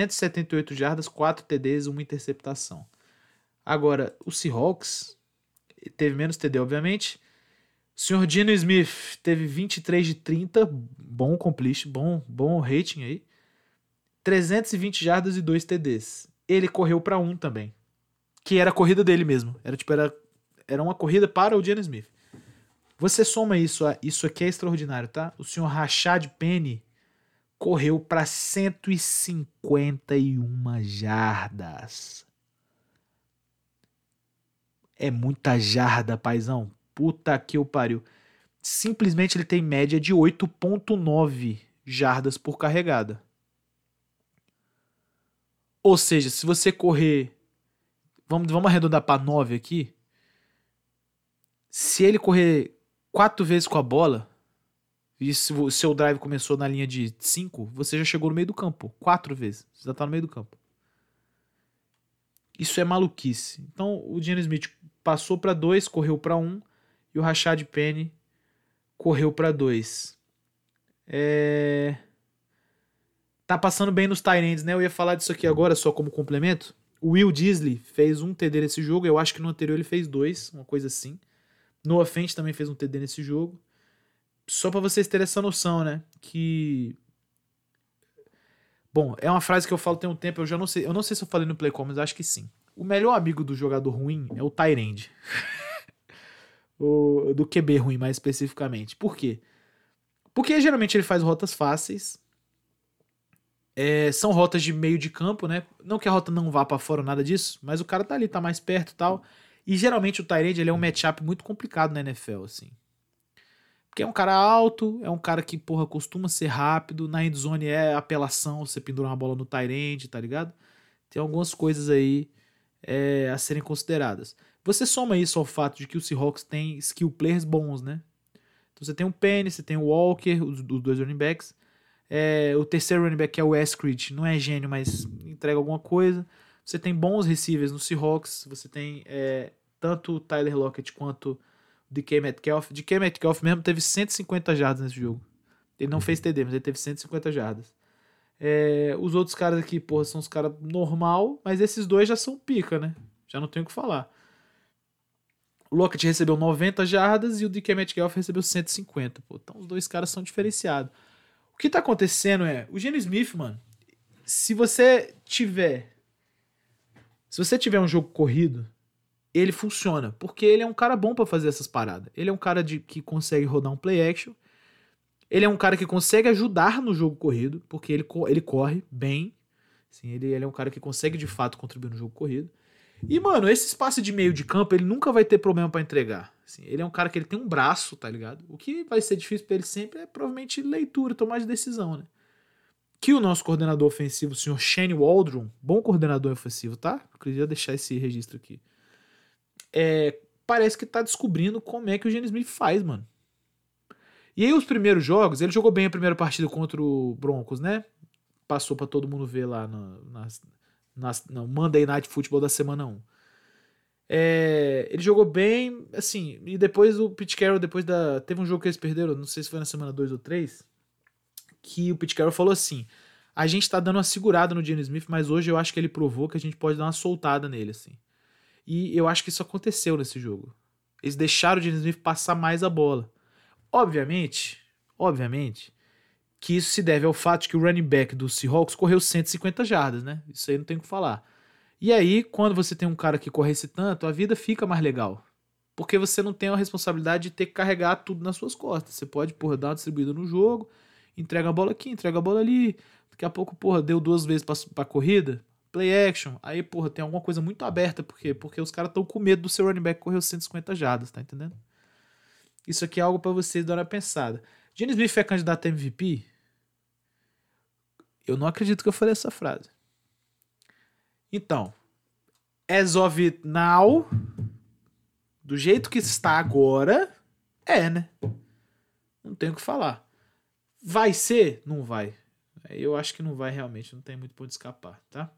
378 jardas, 4 TDs, 1 interceptação. Agora, o Seahawks, teve menos TD, obviamente. O senhor Geno Smith teve 23 de 30, bom completion, bom rating aí. 320 jardas e 2 TDs. Ele correu para 1 também, que era a corrida dele mesmo. Era uma corrida para o Geno Smith. Você soma isso aqui é extraordinário, tá? O senhor Rashad Penny correu para 151 jardas. É muita jarda, paizão. Puta que o pariu. Simplesmente ele tem média de 8.9 jardas por carregada. Ou seja, se você correr... Vamos arredondar para 9 aqui. Se ele correr 4 vezes com a bola, e se o seu drive começou na linha de 5, você já chegou no meio do campo. 4 vezes. Você já tá no meio do campo. Isso é maluquice. Então o Geno Smith passou para 2, correu para 1, e o Rashad Penny correu para 2. Tá passando bem nos tight ends, né? Eu ia falar disso aqui agora só como complemento. O Will Disley fez um TD nesse jogo. Eu acho que no anterior ele fez 2, uma coisa assim. Noah Fant também fez um TD nesse jogo. Só para vocês terem essa noção, né? Que... Bom, é uma frase que eu falo tem um tempo, eu não sei se eu falei no Playcom, mas acho que sim. O melhor amigo do jogador ruim é o tight end. Do QB ruim, mais especificamente. Por quê? Porque geralmente ele faz rotas fáceis. São rotas de meio de campo, né? Não que a rota não vá pra fora ou nada disso, mas o cara tá ali, tá mais perto e tal. E geralmente o tight end ele é um matchup muito complicado na NFL, assim. Porque é um cara alto, é um cara que, porra, costuma ser rápido. Na endzone é apelação, você pendura uma bola no tight end, tá ligado? Tem algumas coisas aí a serem consideradas. Você soma isso ao fato de que o Seahawks tem skill players bons, né? Então você tem o Penny, você tem o Walker, os 2 running backs. O terceiro running back, que é o Eskridge, não é gênio, mas entrega alguma coisa. Você tem bons receivers no Seahawks. Você tem tanto o Tyler Lockett quanto o DK Metcalf. DK Metcalf mesmo teve 150 jardas nesse jogo. Ele não fez TD, mas ele teve 150 jardas. Os outros caras aqui, porra, são os caras normal, mas esses dois já são pica, né? Já não tenho o que falar. O Lockett recebeu 90 jardas e o DK Metcalf recebeu 150. Pô. Então os dois caras são diferenciados. O que tá acontecendo o Geno Smith, mano, se você tiver um jogo corrido, ele funciona, porque ele é um cara bom pra fazer essas paradas. Ele é um cara que consegue rodar um play action. Ele é um cara que consegue ajudar no jogo corrido, porque ele corre bem. Assim, ele é um cara que consegue de fato contribuir no jogo corrido. E, mano, esse espaço de meio de campo, ele nunca vai ter problema pra entregar. Assim, ele é um cara que ele tem um braço, tá ligado? O que vai ser difícil pra ele sempre é provavelmente leitura, tomar de decisão, né? Que o nosso coordenador ofensivo, o senhor Shane Waldron, bom coordenador ofensivo, tá? Eu queria deixar esse registro aqui. Parece que tá descobrindo como é que o Geno Smith faz, mano. E aí os primeiros jogos, ele jogou bem a primeira partida contra o Broncos, né? Passou pra todo mundo ver lá no Monday Night Football da semana 1. Ele jogou bem, assim, e depois o Pete Carroll, teve um jogo que eles perderam, não sei se foi na semana 2 ou 3, que o Pete Carroll falou assim, a gente tá dando uma segurada no Geno Smith, mas hoje eu acho que ele provou que a gente pode dar uma soltada nele, assim. E eu acho que isso aconteceu nesse jogo. Eles deixaram o Geno Smith passar mais a bola. Obviamente, que isso se deve ao fato de que o running back do Seahawks correu 150 jardas, né? Isso aí não tem o que falar. E aí, quando você tem um cara que corre esse tanto, a vida fica mais legal. Porque você não tem a responsabilidade de ter que carregar tudo nas suas costas. Você pode, dar uma distribuída no jogo, entrega a bola aqui, entrega a bola ali. Daqui a pouco, deu 2 vezes pra corrida, play action. Aí, tem alguma coisa muito aberta. Por quê? Porque os caras estão com medo do seu running back correr 150 jardas, tá entendendo? Isso aqui é algo pra vocês darem uma pensada. Geno Smith é candidato a MVP? Eu não acredito que eu falei essa frase. Então, as of now, do jeito que está agora, né? Não tenho o que falar. Vai ser? Não vai. Eu acho que não vai realmente, não tem muito por onde escapar, tá?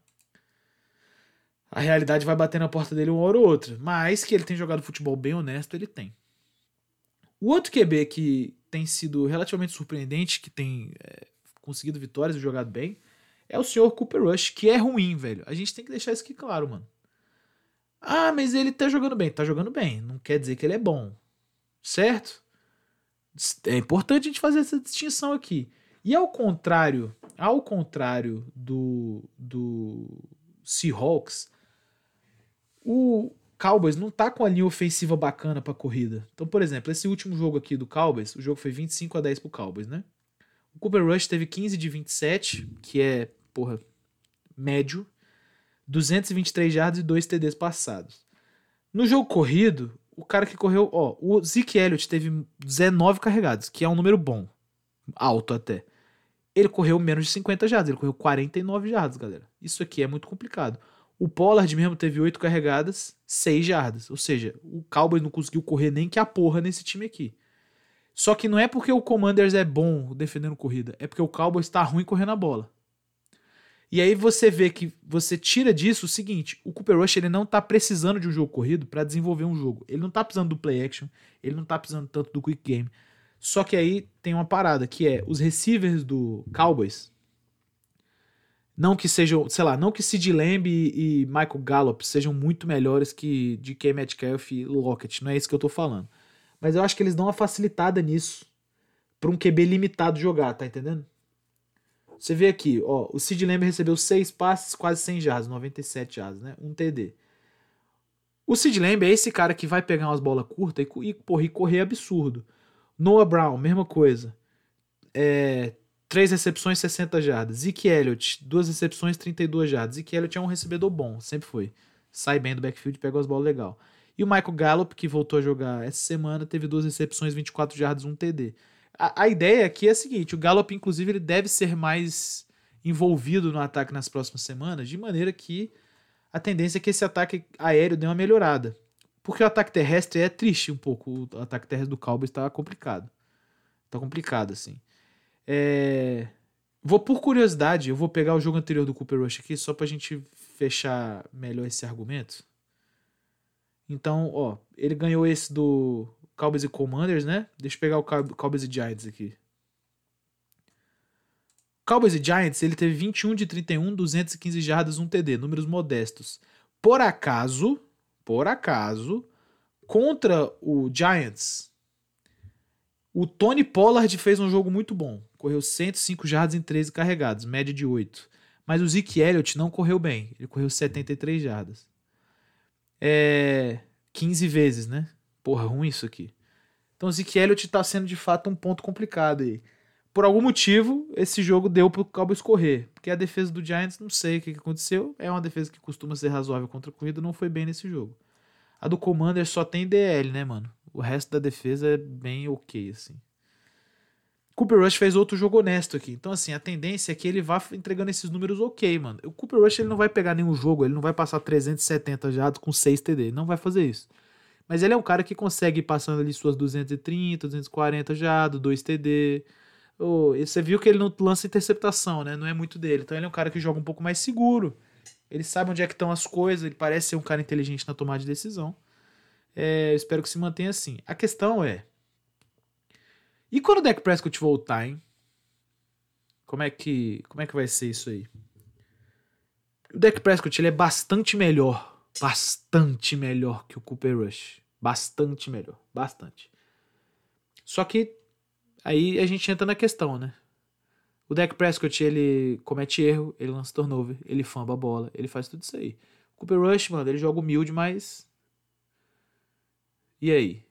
A realidade vai bater na porta dele uma hora ou outra, mas que ele tem jogado futebol bem honesto, ele tem. O outro QB que tem sido relativamente surpreendente, que tem conseguido vitórias e jogado bem, é o senhor Cooper Rush, que é ruim, velho. A gente tem que deixar isso aqui claro, mano. Ah, mas ele tá jogando bem. Tá jogando bem. Não quer dizer que ele é bom. Certo? É importante a gente fazer essa distinção aqui. E ao contrário do Seahawks, o Cowboys não tá com a linha ofensiva bacana pra corrida. Então, por exemplo, esse último jogo aqui do Cowboys, o jogo foi 25-10 pro Cowboys, né? O Cooper Rush teve 15 de 27, que é, médio, 223 jardas e 2 TDs passados. No jogo corrido, o cara que correu, o Zeke Elliott teve 19 carregados, que é um número bom, alto até. Ele correu menos de 50 jardas, ele correu 49 jardas, galera. Isso aqui é muito complicado. O Pollard mesmo teve 8 carregadas, 6 jardas. Ou seja, o Cowboys não conseguiu correr nem que a porra nesse time aqui. Só que não é porque o Commanders é bom defendendo corrida, é porque o Cowboys tá ruim correndo a bola. E aí você vê que você tira disso o seguinte, o Cooper Rush ele não tá precisando de um jogo corrido para desenvolver um jogo. Ele não tá precisando do play action, ele não tá precisando tanto do quick game. Só que aí tem uma parada, que é os receivers do Cowboys, não que sejam, sei lá, não que Sid Lamb e Michael Gallup sejam muito melhores que DK Metcalf e Lockett, não é isso que eu tô falando. Mas eu acho que eles dão uma facilitada nisso pra um QB limitado jogar, tá entendendo? Você vê aqui, o Sid Lamb recebeu 6 passes, quase 100 jardas, 97 jardas, né? Um TD. O Sid Lamb é esse cara que vai pegar umas bolas curtas e correr absurdo. Noah Brown, mesma coisa. 3 recepções, 60 jardas. Zeke Elliott, 2 recepções, 32 jardas. Zeke Elliott é um recebedor bom, sempre foi. Sai bem do backfield, pega as bolas legal. E o Michael Gallup, que voltou a jogar essa semana, teve 2 recepções, 24 jardas, 1 TD. A ideia aqui é a seguinte, o Gallup, inclusive, ele deve ser mais envolvido no ataque nas próximas semanas, de maneira que a tendência é que esse ataque aéreo dê uma melhorada. Porque o ataque terrestre é triste um pouco, o ataque terrestre do Cowboys tá complicado. Tá complicado, assim. Por curiosidade, eu vou pegar o jogo anterior do Cooper Rush aqui, só pra gente fechar melhor esse argumento. Então, ele ganhou esse do Cowboys e Commanders, né? Deixa eu pegar o Cowboys e Giants aqui. Cowboys e Giants, ele teve 21 de 31, 215 jardas, 1 TD, números modestos. Por acaso, contra o Giants, o Tony Pollard fez um jogo muito bom. Correu 105 jardas em 13 carregados, média de 8. Mas o Zeke Elliott não correu bem. Ele correu 73 jardas. 15 vezes, né? Porra, ruim isso aqui. Então o Zeke Elliott tá sendo de fato um ponto complicado aí. Por algum motivo, esse jogo deu pro Cowboys correr. Porque a defesa do Giants, não sei o que aconteceu. É uma defesa que costuma ser razoável contra a corrida, não foi bem nesse jogo. A do Commander só tem DL, né, mano? O resto da defesa é bem ok, assim. Cooper Rush fez outro jogo honesto aqui. Então, assim, a tendência é que ele vá entregando esses números ok, mano. O Cooper Rush ele não vai pegar nenhum jogo, ele não vai passar 370 jardas com 6 TD. Não vai fazer isso. Mas ele é um cara que consegue ir passando ali suas 230, 240 jardas, 2 TD. Você viu que ele não lança interceptação, né? Não é muito dele. Então ele é um cara que joga um pouco mais seguro. Ele sabe onde é que estão as coisas. Ele parece ser um cara inteligente na tomada de decisão. Eu espero que se mantenha assim. A questão é... E quando o Dak Prescott voltar, hein? Como é que vai ser isso aí? O Dak Prescott ele é bastante melhor que o Cooper Rush. Bastante melhor. Bastante. Só que aí a gente entra na questão, né? O Dak Prescott, ele comete erro, ele lança turnover, ele fumba a bola, ele faz tudo isso aí. O Cooper Rush, mano, ele joga humilde, mas... E aí?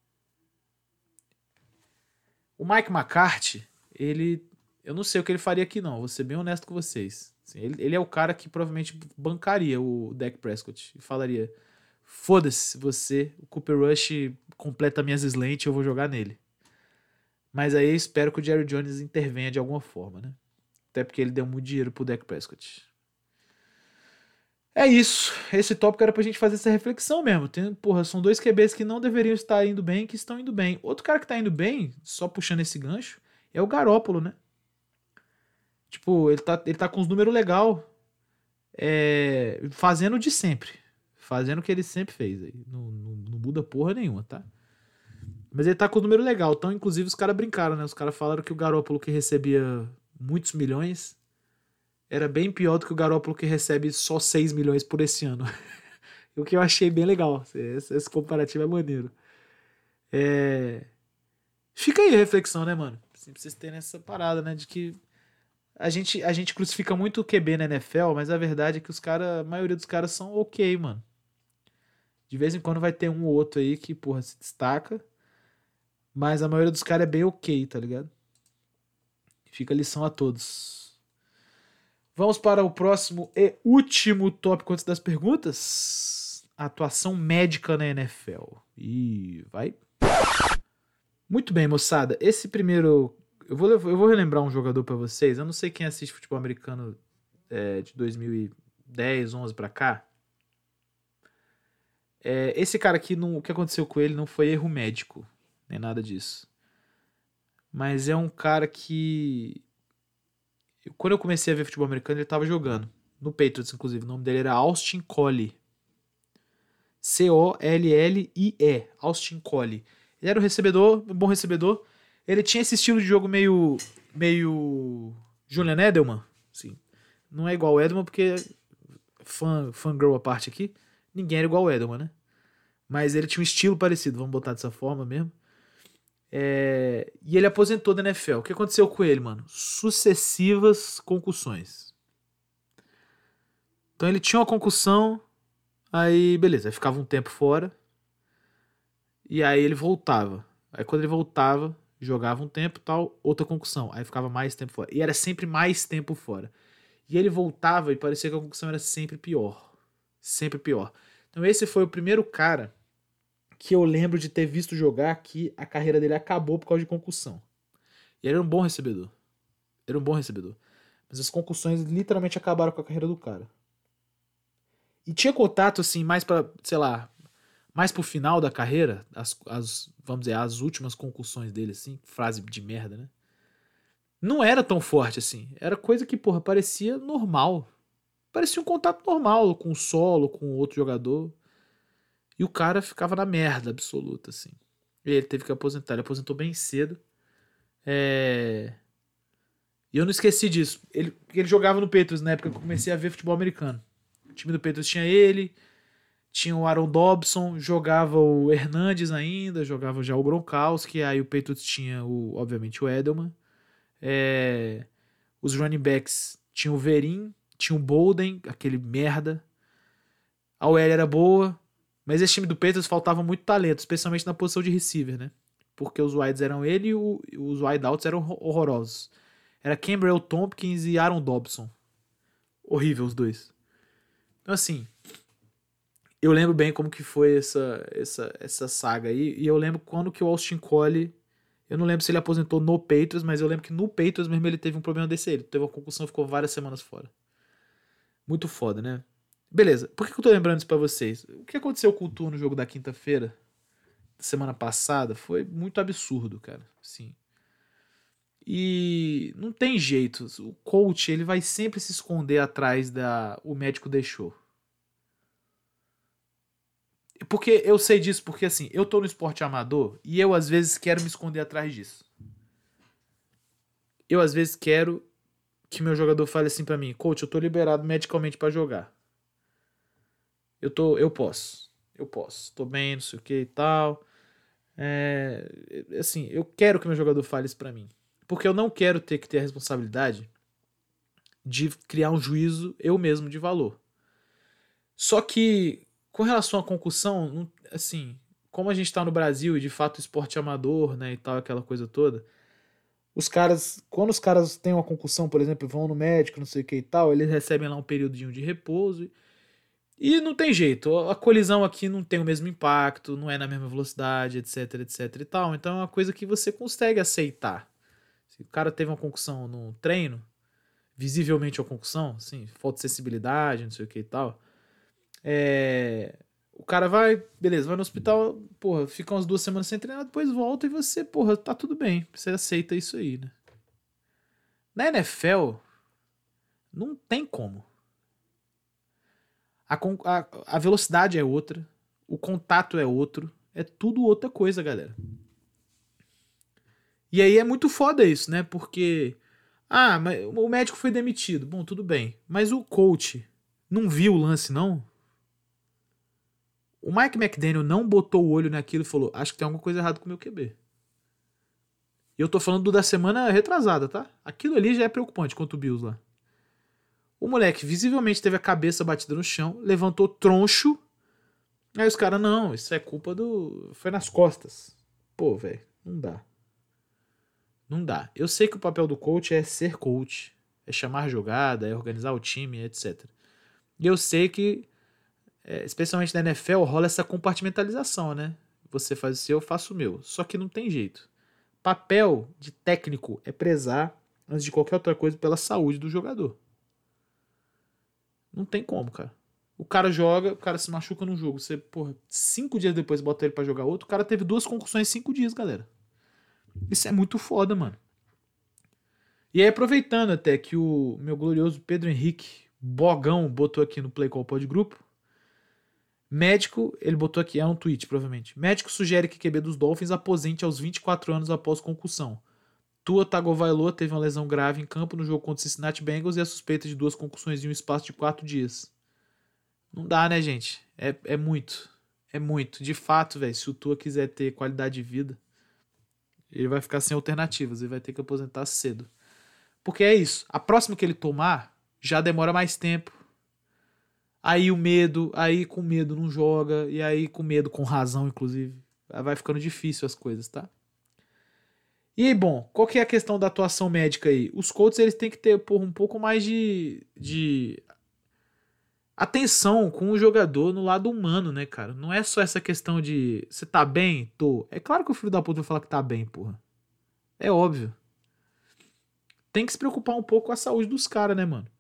O Mike McCarthy, eu não sei o que ele faria aqui não, vou ser bem honesto com vocês. Assim, ele é o cara que provavelmente bancaria o Dak Prescott e falaria, foda-se você, o Cooper Rush completa minhas slants, eu vou jogar nele. Mas aí eu espero que o Jerry Jones intervenha de alguma forma, né? Até porque ele deu muito dinheiro pro Dak Prescott. É isso. Esse tópico era pra gente fazer essa reflexão mesmo. São 2 QBs que não deveriam estar indo bem, que estão indo bem. Outro cara que tá indo bem, só puxando esse gancho, é o Garoppolo, né? Tipo, ele tá com os números legal, fazendo o de sempre. Fazendo o que ele sempre fez. Aí. Não muda porra nenhuma, tá? Mas ele tá com o número legal. Então, inclusive, os caras brincaram, né? Os caras falaram que o Garoppolo que recebia muitos milhões era bem pior do que o Garoppolo que recebe só 6 milhões por esse ano. O que eu achei bem legal. Esse comparativo é maneiro. Fica aí a reflexão, né, mano? Assim, pra vocês terem essa parada, né? De que a gente crucifica muito o QB na NFL, mas a verdade é que a maioria dos caras são ok, mano. De vez em quando vai ter um ou outro aí que, porra, se destaca. Mas a maioria dos caras é bem ok, tá ligado? Fica a lição a todos. Vamos para o próximo e último tópico antes das perguntas. Atuação médica na NFL. E vai. Muito bem, moçada. Esse primeiro... Eu vou relembrar um jogador pra vocês. Eu não sei quem assiste futebol americano de 2010, 11 pra cá. Esse cara aqui, o que aconteceu com ele não foi erro médico. Nem nada disso. Mas é um cara que... Quando eu comecei a ver futebol americano, ele tava jogando. No Patriots, inclusive. O nome dele era Austin Collie. C-O-L-L-I-E. Austin Collie. Ele era um bom recebedor. Ele tinha esse estilo de jogo meio Julian Edelman. Assim. Não é igual o Edelman, porque fangirl à parte aqui, ninguém era igual o Edelman, né? Mas ele tinha um estilo parecido, vamos botar dessa forma mesmo. E ele aposentou da NFL. O que aconteceu com ele, mano? Sucessivas concussões. Então ele tinha uma concussão, aí beleza, aí ficava um tempo fora. E aí ele voltava. Aí quando ele voltava, jogava um tempo e tal, outra concussão. Aí ficava mais tempo fora. E era sempre mais tempo fora. E ele voltava e parecia que a concussão era sempre pior. Sempre pior. Então esse foi o primeiro cara que eu lembro de ter visto jogar que a carreira dele acabou por causa de concussão. E ele era um bom recebedor. Mas as concussões literalmente acabaram com a carreira do cara. E tinha contato, assim, mais pra, sei lá, mais pro final da carreira, vamos dizer, as últimas concussões dele, assim, frase de merda, né? Não era tão forte, assim. Era coisa que, porra, parecia normal. Parecia um contato normal com o solo, com outro jogador. E o cara ficava na merda absoluta, assim. E ele teve que aposentar. Ele aposentou bem cedo. E eu não esqueci disso. Ele jogava no Patriots na época que eu comecei a ver futebol americano. O time do Patriots tinha ele, tinha o Aaron Dobson, jogava o Hernandes ainda, jogava já o Gronkowski, aí o Patriots tinha, obviamente, o Edelman. Os running backs tinha o Verin, tinha o Bolden, aquele merda. A OL era boa, mas esse time do Patriots faltava muito talento, especialmente na posição de receiver, né? Porque os wides eram ele e os wideouts eram horrorosos. Era Campbell Tompkins e Aaron Dobson. Horrível os dois. Então, assim, eu lembro bem como que foi essa saga aí. E eu lembro quando que o Austin Collie... Eu não lembro se ele aposentou no Patriots, mas eu lembro que no Patriots mesmo ele teve um problema desse aí. Ele teve uma concussão e ficou várias semanas fora. Muito foda, né? Beleza. Por que eu tô lembrando isso pra vocês? O que aconteceu com o Tu no jogo da quinta-feira, semana passada, foi muito absurdo, cara. Sim. E não tem jeito. O coach, ele vai sempre se esconder atrás o médico deixou. Porque eu sei disso, porque assim, eu tô no esporte amador e eu às vezes quero me esconder atrás disso. Eu às vezes quero que meu jogador fale assim pra mim: coach, eu tô liberado medicalmente pra jogar. Eu posso, tô bem, não sei o que e tal. Assim, eu quero que meu jogador fale isso pra mim. Porque eu não quero ter que ter a responsabilidade de criar um juízo eu mesmo de valor. Só que, com relação à concussão, assim, como a gente tá no Brasil e de fato esporte amador, né, e tal, aquela coisa toda, quando os caras têm uma concussão, por exemplo, vão no médico, não sei o que e tal, eles recebem lá um período de repouso e não tem jeito, a colisão aqui não tem o mesmo impacto, não é na mesma velocidade, etc, etc e tal, então é uma coisa que você consegue aceitar. Se o cara teve uma concussão no treino, visivelmente uma concussão, assim, falta de sensibilidade, não sei o que e tal, o cara vai, beleza, vai no hospital, porra, fica umas 2 semanas sem treinar, depois volta e você, porra, tá tudo bem, você aceita isso aí, né? Na NFL, não tem como. A velocidade é outra, o contato é outro, é tudo outra coisa, galera. E aí é muito foda isso, né? Porque, mas o médico foi demitido. Bom, tudo bem. Mas o coach não viu o lance, não? O Mike McDaniel não botou o olho naquilo e falou, acho que tem alguma coisa errada com o meu QB. E eu tô falando da semana retrasada, tá? Aquilo ali já é preocupante contra o Bills lá. O moleque visivelmente teve a cabeça batida no chão, levantou troncho. Aí os caras, não, isso é culpa do... Foi nas costas. Pô, velho, não dá. Não dá. Eu sei que o papel do coach é ser coach. É chamar jogada, é organizar o time, etc. E eu sei que, especialmente na NFL, rola essa compartimentalização, né? Você faz o seu, eu faço o meu. Só que não tem jeito. Papel de técnico é prezar, antes de qualquer outra coisa, pela saúde do jogador. Não tem como, cara. O cara joga, o cara se machuca num jogo. Você, 5 dias depois bota ele pra jogar outro. O cara teve 2 concussões em 5 dias, galera. Isso é muito foda, mano. E aí, aproveitando até que o meu glorioso Pedro Henrique Bogão botou aqui no Play Call Pod Grupo. Médico, ele botou aqui, é um tweet, provavelmente. Médico sugere que QB dos Dolphins aposente aos 24 anos após concussão. Tua Tagovailoa teve uma lesão grave em campo no jogo contra o Cincinnati Bengals e a suspeita de 2 concussões em um espaço de 4 dias. Não dá, né, gente? É muito. É muito. De fato, velho, se o Tua quiser ter qualidade de vida, ele vai ficar sem alternativas. Ele vai ter que aposentar cedo. Porque é isso. A próxima que ele tomar, já demora mais tempo. Aí o medo, aí com medo não joga. E aí com medo, com razão, inclusive. Vai ficando difícil as coisas, tá? E aí, bom, qual que é a questão da atuação médica aí? Os coaches, eles têm que ter, um pouco mais de atenção com o jogador no lado humano, né, cara? Não é só essa questão de você tá bem? Tô. É claro que o filho da puta vai falar que tá bem, porra. É óbvio. Tem que se preocupar um pouco com a saúde dos caras, né, mano?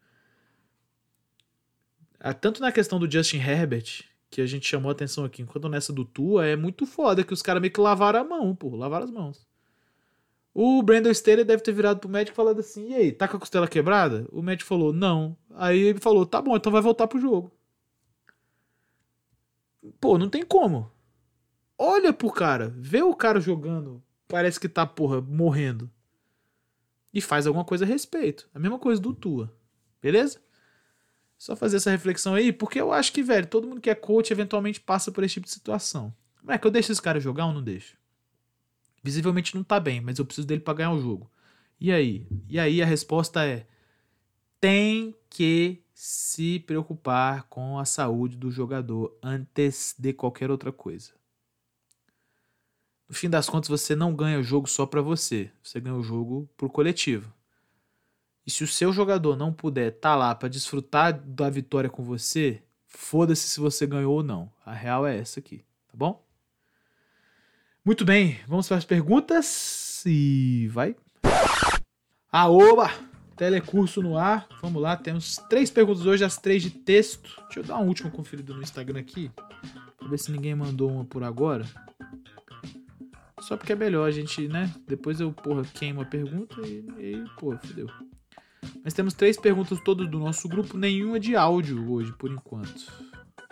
Tanto na questão do Justin Herbert, que a gente chamou a atenção aqui, quanto nessa do Tua, é muito foda que os caras meio que lavaram a mão, pô. Lavaram as mãos. O Brandon Staley deve ter virado pro médico falando assim, e aí, tá com a costela quebrada? O médico falou, não. Aí ele falou, tá bom, então vai voltar pro jogo. Pô, não tem como. Olha pro cara, vê o cara jogando, parece que tá, morrendo. E faz alguma coisa a respeito. A mesma coisa do Tua, beleza? Só fazer essa reflexão aí, porque eu acho que, velho, todo mundo que é coach eventualmente passa por esse tipo de situação. Não é que eu deixo esse cara jogar ou não deixo? Visivelmente não tá bem, mas eu preciso dele pra ganhar o jogo. E aí? E aí a resposta é: tem que se preocupar com a saúde do jogador antes de qualquer outra coisa. No fim das contas, você não ganha o jogo só pra você. Você ganha o jogo pro coletivo. E se o seu jogador não puder estar lá pra desfrutar da vitória com você, foda-se se você ganhou ou não. A real é essa aqui, tá bom? Muito bem, vamos para as perguntas e vai. Aoba! Telecurso no ar. Vamos lá, temos 3 perguntas hoje, as 3 de texto. Deixa eu dar uma última conferida no Instagram aqui, pra ver se ninguém mandou uma por agora. Só porque é melhor a gente, né? Depois eu, queimo a pergunta e fodeu. Mas temos 3 perguntas todas do nosso grupo, nenhuma de áudio hoje, por enquanto.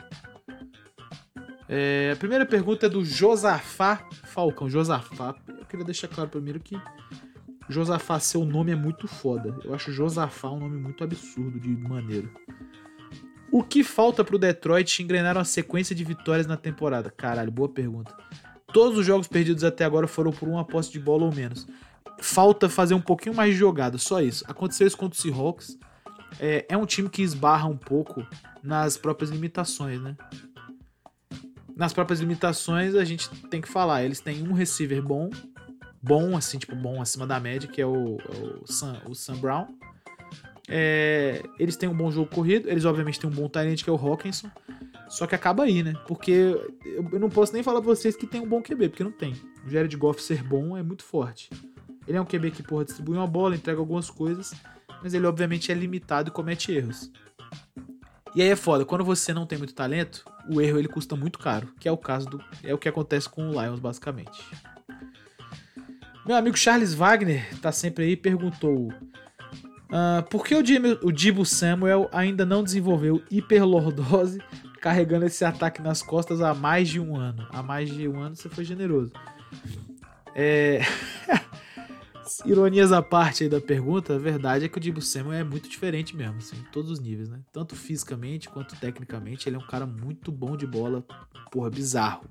A primeira pergunta é do Josafá Falcão. Josafá, eu queria deixar claro primeiro que Josafá, seu nome é muito foda. Eu acho Josafá um nome muito absurdo, de maneiro. O que falta pro Detroit engrenar uma sequência de vitórias na temporada? Caralho, boa pergunta. Todos os jogos perdidos até agora foram por uma posse de bola ou menos. Falta fazer um pouquinho mais de jogada, só isso. Aconteceu isso contra o Seahawks. É um time que esbarra um pouco nas próprias limitações, né? Nas próprias limitações, a gente tem que falar. Eles têm um receiver bom, assim, bom acima da média, que é o Sam Brown. Eles têm um bom jogo corrido. Eles, obviamente, têm um bom talento, que é o Hawkinson. Só que acaba aí, né? Porque eu não posso nem falar pra vocês que tem um bom QB, porque não tem. O Jared Goff ser bom é muito forte. Ele é um QB que, distribui uma bola, entrega algumas coisas, mas ele, obviamente, é limitado e comete erros. E aí é foda, quando você não tem muito talento, o erro ele custa muito caro, que é o caso é o que acontece com o Lions, basicamente. Meu amigo Charles Wagner tá sempre aí, perguntou: por que o Deebo Samuel ainda não desenvolveu hiperlordose carregando esse ataque nas costas há mais de um ano? Há mais de um ano você foi generoso. Ironias à parte aí da pergunta, a verdade é que o Deebo Samuel é muito diferente mesmo, assim, em todos os níveis, né? Tanto fisicamente quanto tecnicamente, ele é um cara muito bom de bola. Porra, bizarro.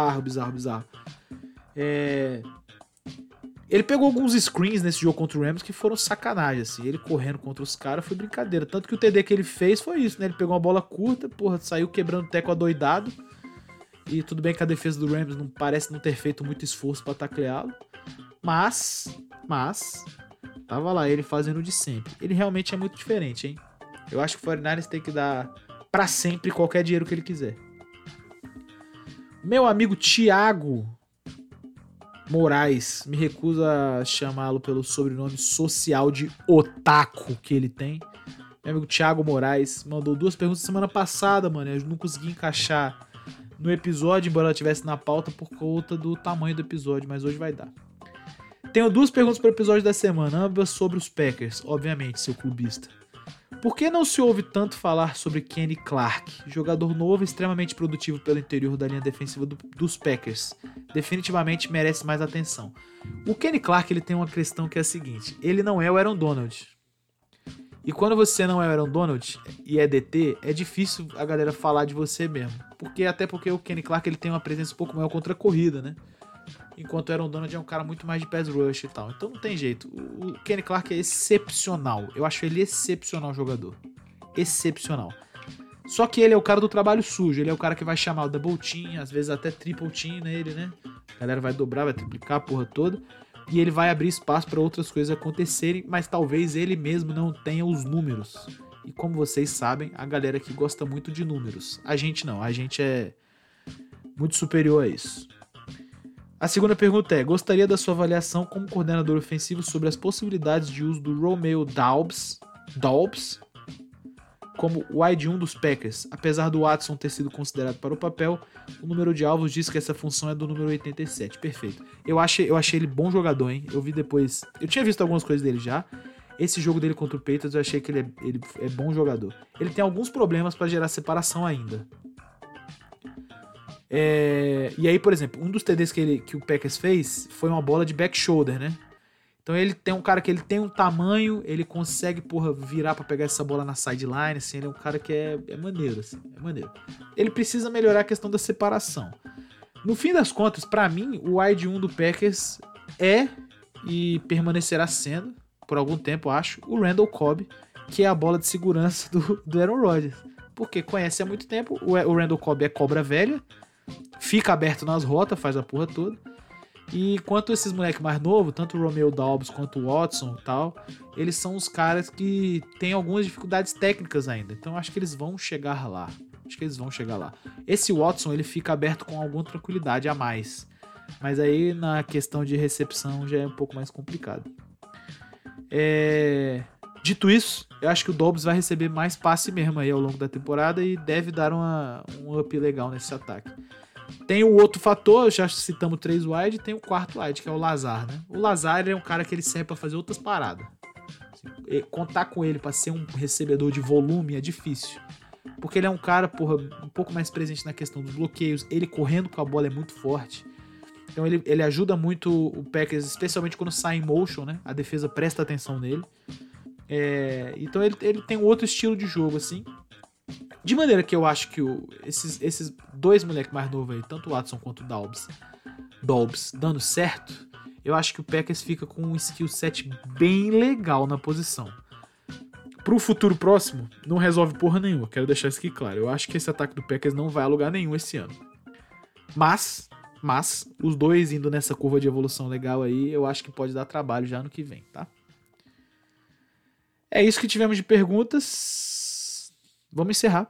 Ele pegou alguns screens nesse jogo contra o Rams que foram sacanagem, assim. Ele correndo contra os caras foi brincadeira. Tanto que o TD que ele fez foi isso, né? Ele pegou uma bola curta, porra, saiu quebrando o teco adoidado. E tudo bem que a defesa do Rams não parece não ter feito muito esforço pra tacleá-lo. Mas, tava lá ele fazendo o de sempre. Ele realmente é muito diferente, hein? Eu acho que o 49ers tem que dar pra sempre qualquer dinheiro que ele quiser. Meu amigo Thiago Moraes, me recuso a chamá-lo pelo sobrenome social de otaku que ele tem. Meu amigo Thiago Moraes mandou 2 perguntas semana passada, mano. Eu não consegui encaixar no episódio, embora ela estivesse na pauta por conta do tamanho do episódio, mas hoje vai dar. Tenho 2 perguntas para o episódio da semana, ambas sobre os Packers, obviamente, seu clubista. Por que não se ouve tanto falar sobre Kenny Clark, jogador novo e extremamente produtivo pelo interior da linha defensiva dos Packers? Definitivamente merece mais atenção. O Kenny Clark ele tem uma questão que é a seguinte, ele não é o Aaron Donald. E quando você não é o Aaron Donald e é DT, é difícil a galera falar de você mesmo. Até porque o Kenny Clark ele tem uma presença um pouco maior contra a corrida, né? Enquanto o Aaron Donald é um cara muito mais de pass rush e tal. Então não tem jeito. O Kenny Clark é excepcional. Eu acho ele excepcional jogador. Excepcional. Só que ele é o cara do trabalho sujo. Ele é o cara que vai chamar o double team, às vezes até triple team nele, né? A galera vai dobrar, vai triplicar a porra toda. E ele vai abrir espaço para outras coisas acontecerem, mas talvez ele mesmo não tenha os números. E como vocês sabem, a galera aqui gosta muito de números. A gente não, a gente é muito superior a isso. A segunda pergunta é, gostaria da sua avaliação como coordenador ofensivo sobre as possibilidades de uso do Romeo Doubs como wide 1 dos Packers. Apesar do Watson ter sido considerado para o papel, o número de alvos diz que essa função é do número 87. Perfeito. Eu achei ele bom jogador, hein? Eu vi depois... Eu tinha visto algumas coisas dele já. Esse jogo dele contra o Patriots, eu achei que ele é bom jogador. Ele tem alguns problemas para gerar separação ainda. E aí, por exemplo, um dos TDs que o Packers fez foi uma bola de back shoulder, né? Então ele tem um cara que ele tem um tamanho, ele consegue, virar pra pegar essa bola na sideline, assim, ele é um cara que é maneiro, assim, é maneiro. Ele precisa melhorar a questão da separação. No fim das contas, pra mim, o wide 1 do Packers é e permanecerá sendo, por algum tempo, acho, o Randall Cobb, que é a bola de segurança do Aaron Rodgers. Porque conhece há muito tempo, o Randall Cobb é cobra velha, fica aberto nas rotas, faz a porra toda. E quanto esses moleques mais novos, tanto o Romeo Doubs quanto o Watson e tal, eles são os caras que têm algumas dificuldades técnicas ainda. Então acho que eles vão chegar lá. Esse Watson, ele fica aberto com alguma tranquilidade a mais. Mas aí na questão de recepção já é um pouco mais complicado. Dito isso, eu acho que o Doubs vai receber mais passe mesmo aí ao longo da temporada e deve dar um up legal nesse ataque. Tem o outro fator, já citamos 3 wide, tem o 4º wide, que é o Lazar, né? O Lazar ele é um cara que ele serve pra fazer outras paradas. Assim, contar com ele pra ser um recebedor de volume é difícil. Porque ele é um cara, um pouco mais presente na questão dos bloqueios. Ele correndo com a bola é muito forte. Então ele ajuda muito o Packers, especialmente quando sai em motion, né? A defesa presta atenção nele. Então ele tem um outro estilo de jogo, assim. De maneira que eu acho que esses 2 moleques mais novos aí, tanto o Watson quanto o Doubs, dando certo, eu acho que o Packers fica com um skill set bem legal na posição. Pro futuro próximo, não resolve porra nenhuma, quero deixar isso aqui claro. Eu acho que esse ataque do Packers não vai a lugar nenhum esse ano. Mas, os 2 indo nessa curva de evolução legal aí, eu acho que pode dar trabalho já no que vem, tá? É isso que tivemos de perguntas. Vamos encerrar.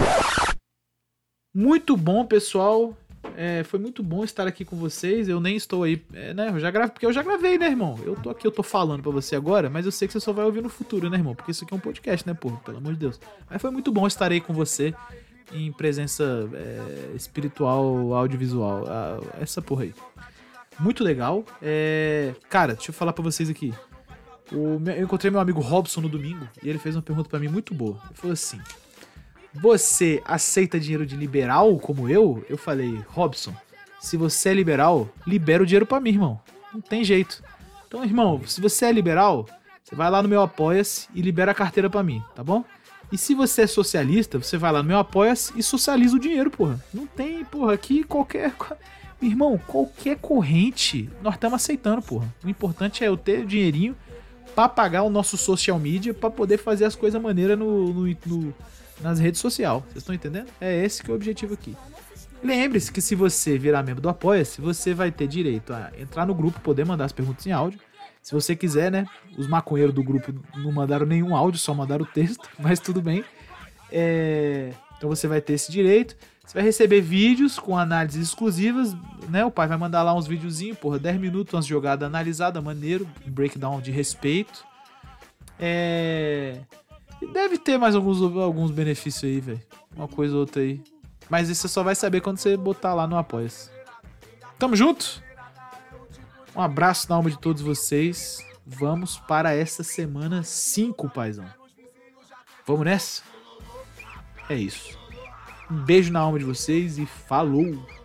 Muito bom, pessoal. Foi muito bom estar aqui com vocês. Eu nem estou aí, né? Porque eu já gravei, né, irmão? Eu tô aqui, eu tô falando pra você agora, mas eu sei que você só vai ouvir no futuro, né, irmão? Porque isso aqui é um podcast, né, porra? Pelo amor de Deus. Mas foi muito bom estar aí com você em presença espiritual, audiovisual. Essa porra aí. Muito legal. Cara, deixa eu falar pra vocês aqui. Eu encontrei meu amigo Robson no domingo e ele fez uma pergunta pra mim muito boa. Ele falou assim: você aceita dinheiro de liberal como eu? Eu falei: Robson, se você é liberal, libera o dinheiro pra mim, irmão. Não tem jeito. Então, irmão, se você é liberal, você vai lá no meu Apoia-se e libera a carteira pra mim, tá bom? E se você é socialista, você vai lá no meu Apoia-se e socializa o dinheiro, porra. Não tem, porra, aqui qualquer... Irmão, qualquer corrente nós estamos aceitando, porra. O importante é eu ter dinheirinho pra pagar o nosso social media pra poder fazer as coisas maneiras nas redes sociais. Vocês estão entendendo? É esse que é o objetivo aqui. Lembre-se que se você virar membro do Apoia-se, você vai ter direito a entrar no grupo, poder mandar as perguntas em áudio. Se você quiser, né? Os maconheiros do grupo não mandaram nenhum áudio, só mandaram o texto, mas tudo bem. Então você vai ter esse direito. Você vai receber vídeos com análises exclusivas, né? O pai vai mandar lá uns videozinhos, porra, 10 minutos, umas jogadas analisadas, maneiro, breakdown de respeito. Deve ter mais alguns benefícios aí, velho. Uma coisa ou outra aí. Mas isso você só vai saber quando você botar lá no Apoia-se. Tamo junto? Um abraço na alma de todos vocês. Vamos para essa semana 5, paizão. Vamos nessa? É isso. Um beijo na alma de vocês e falou!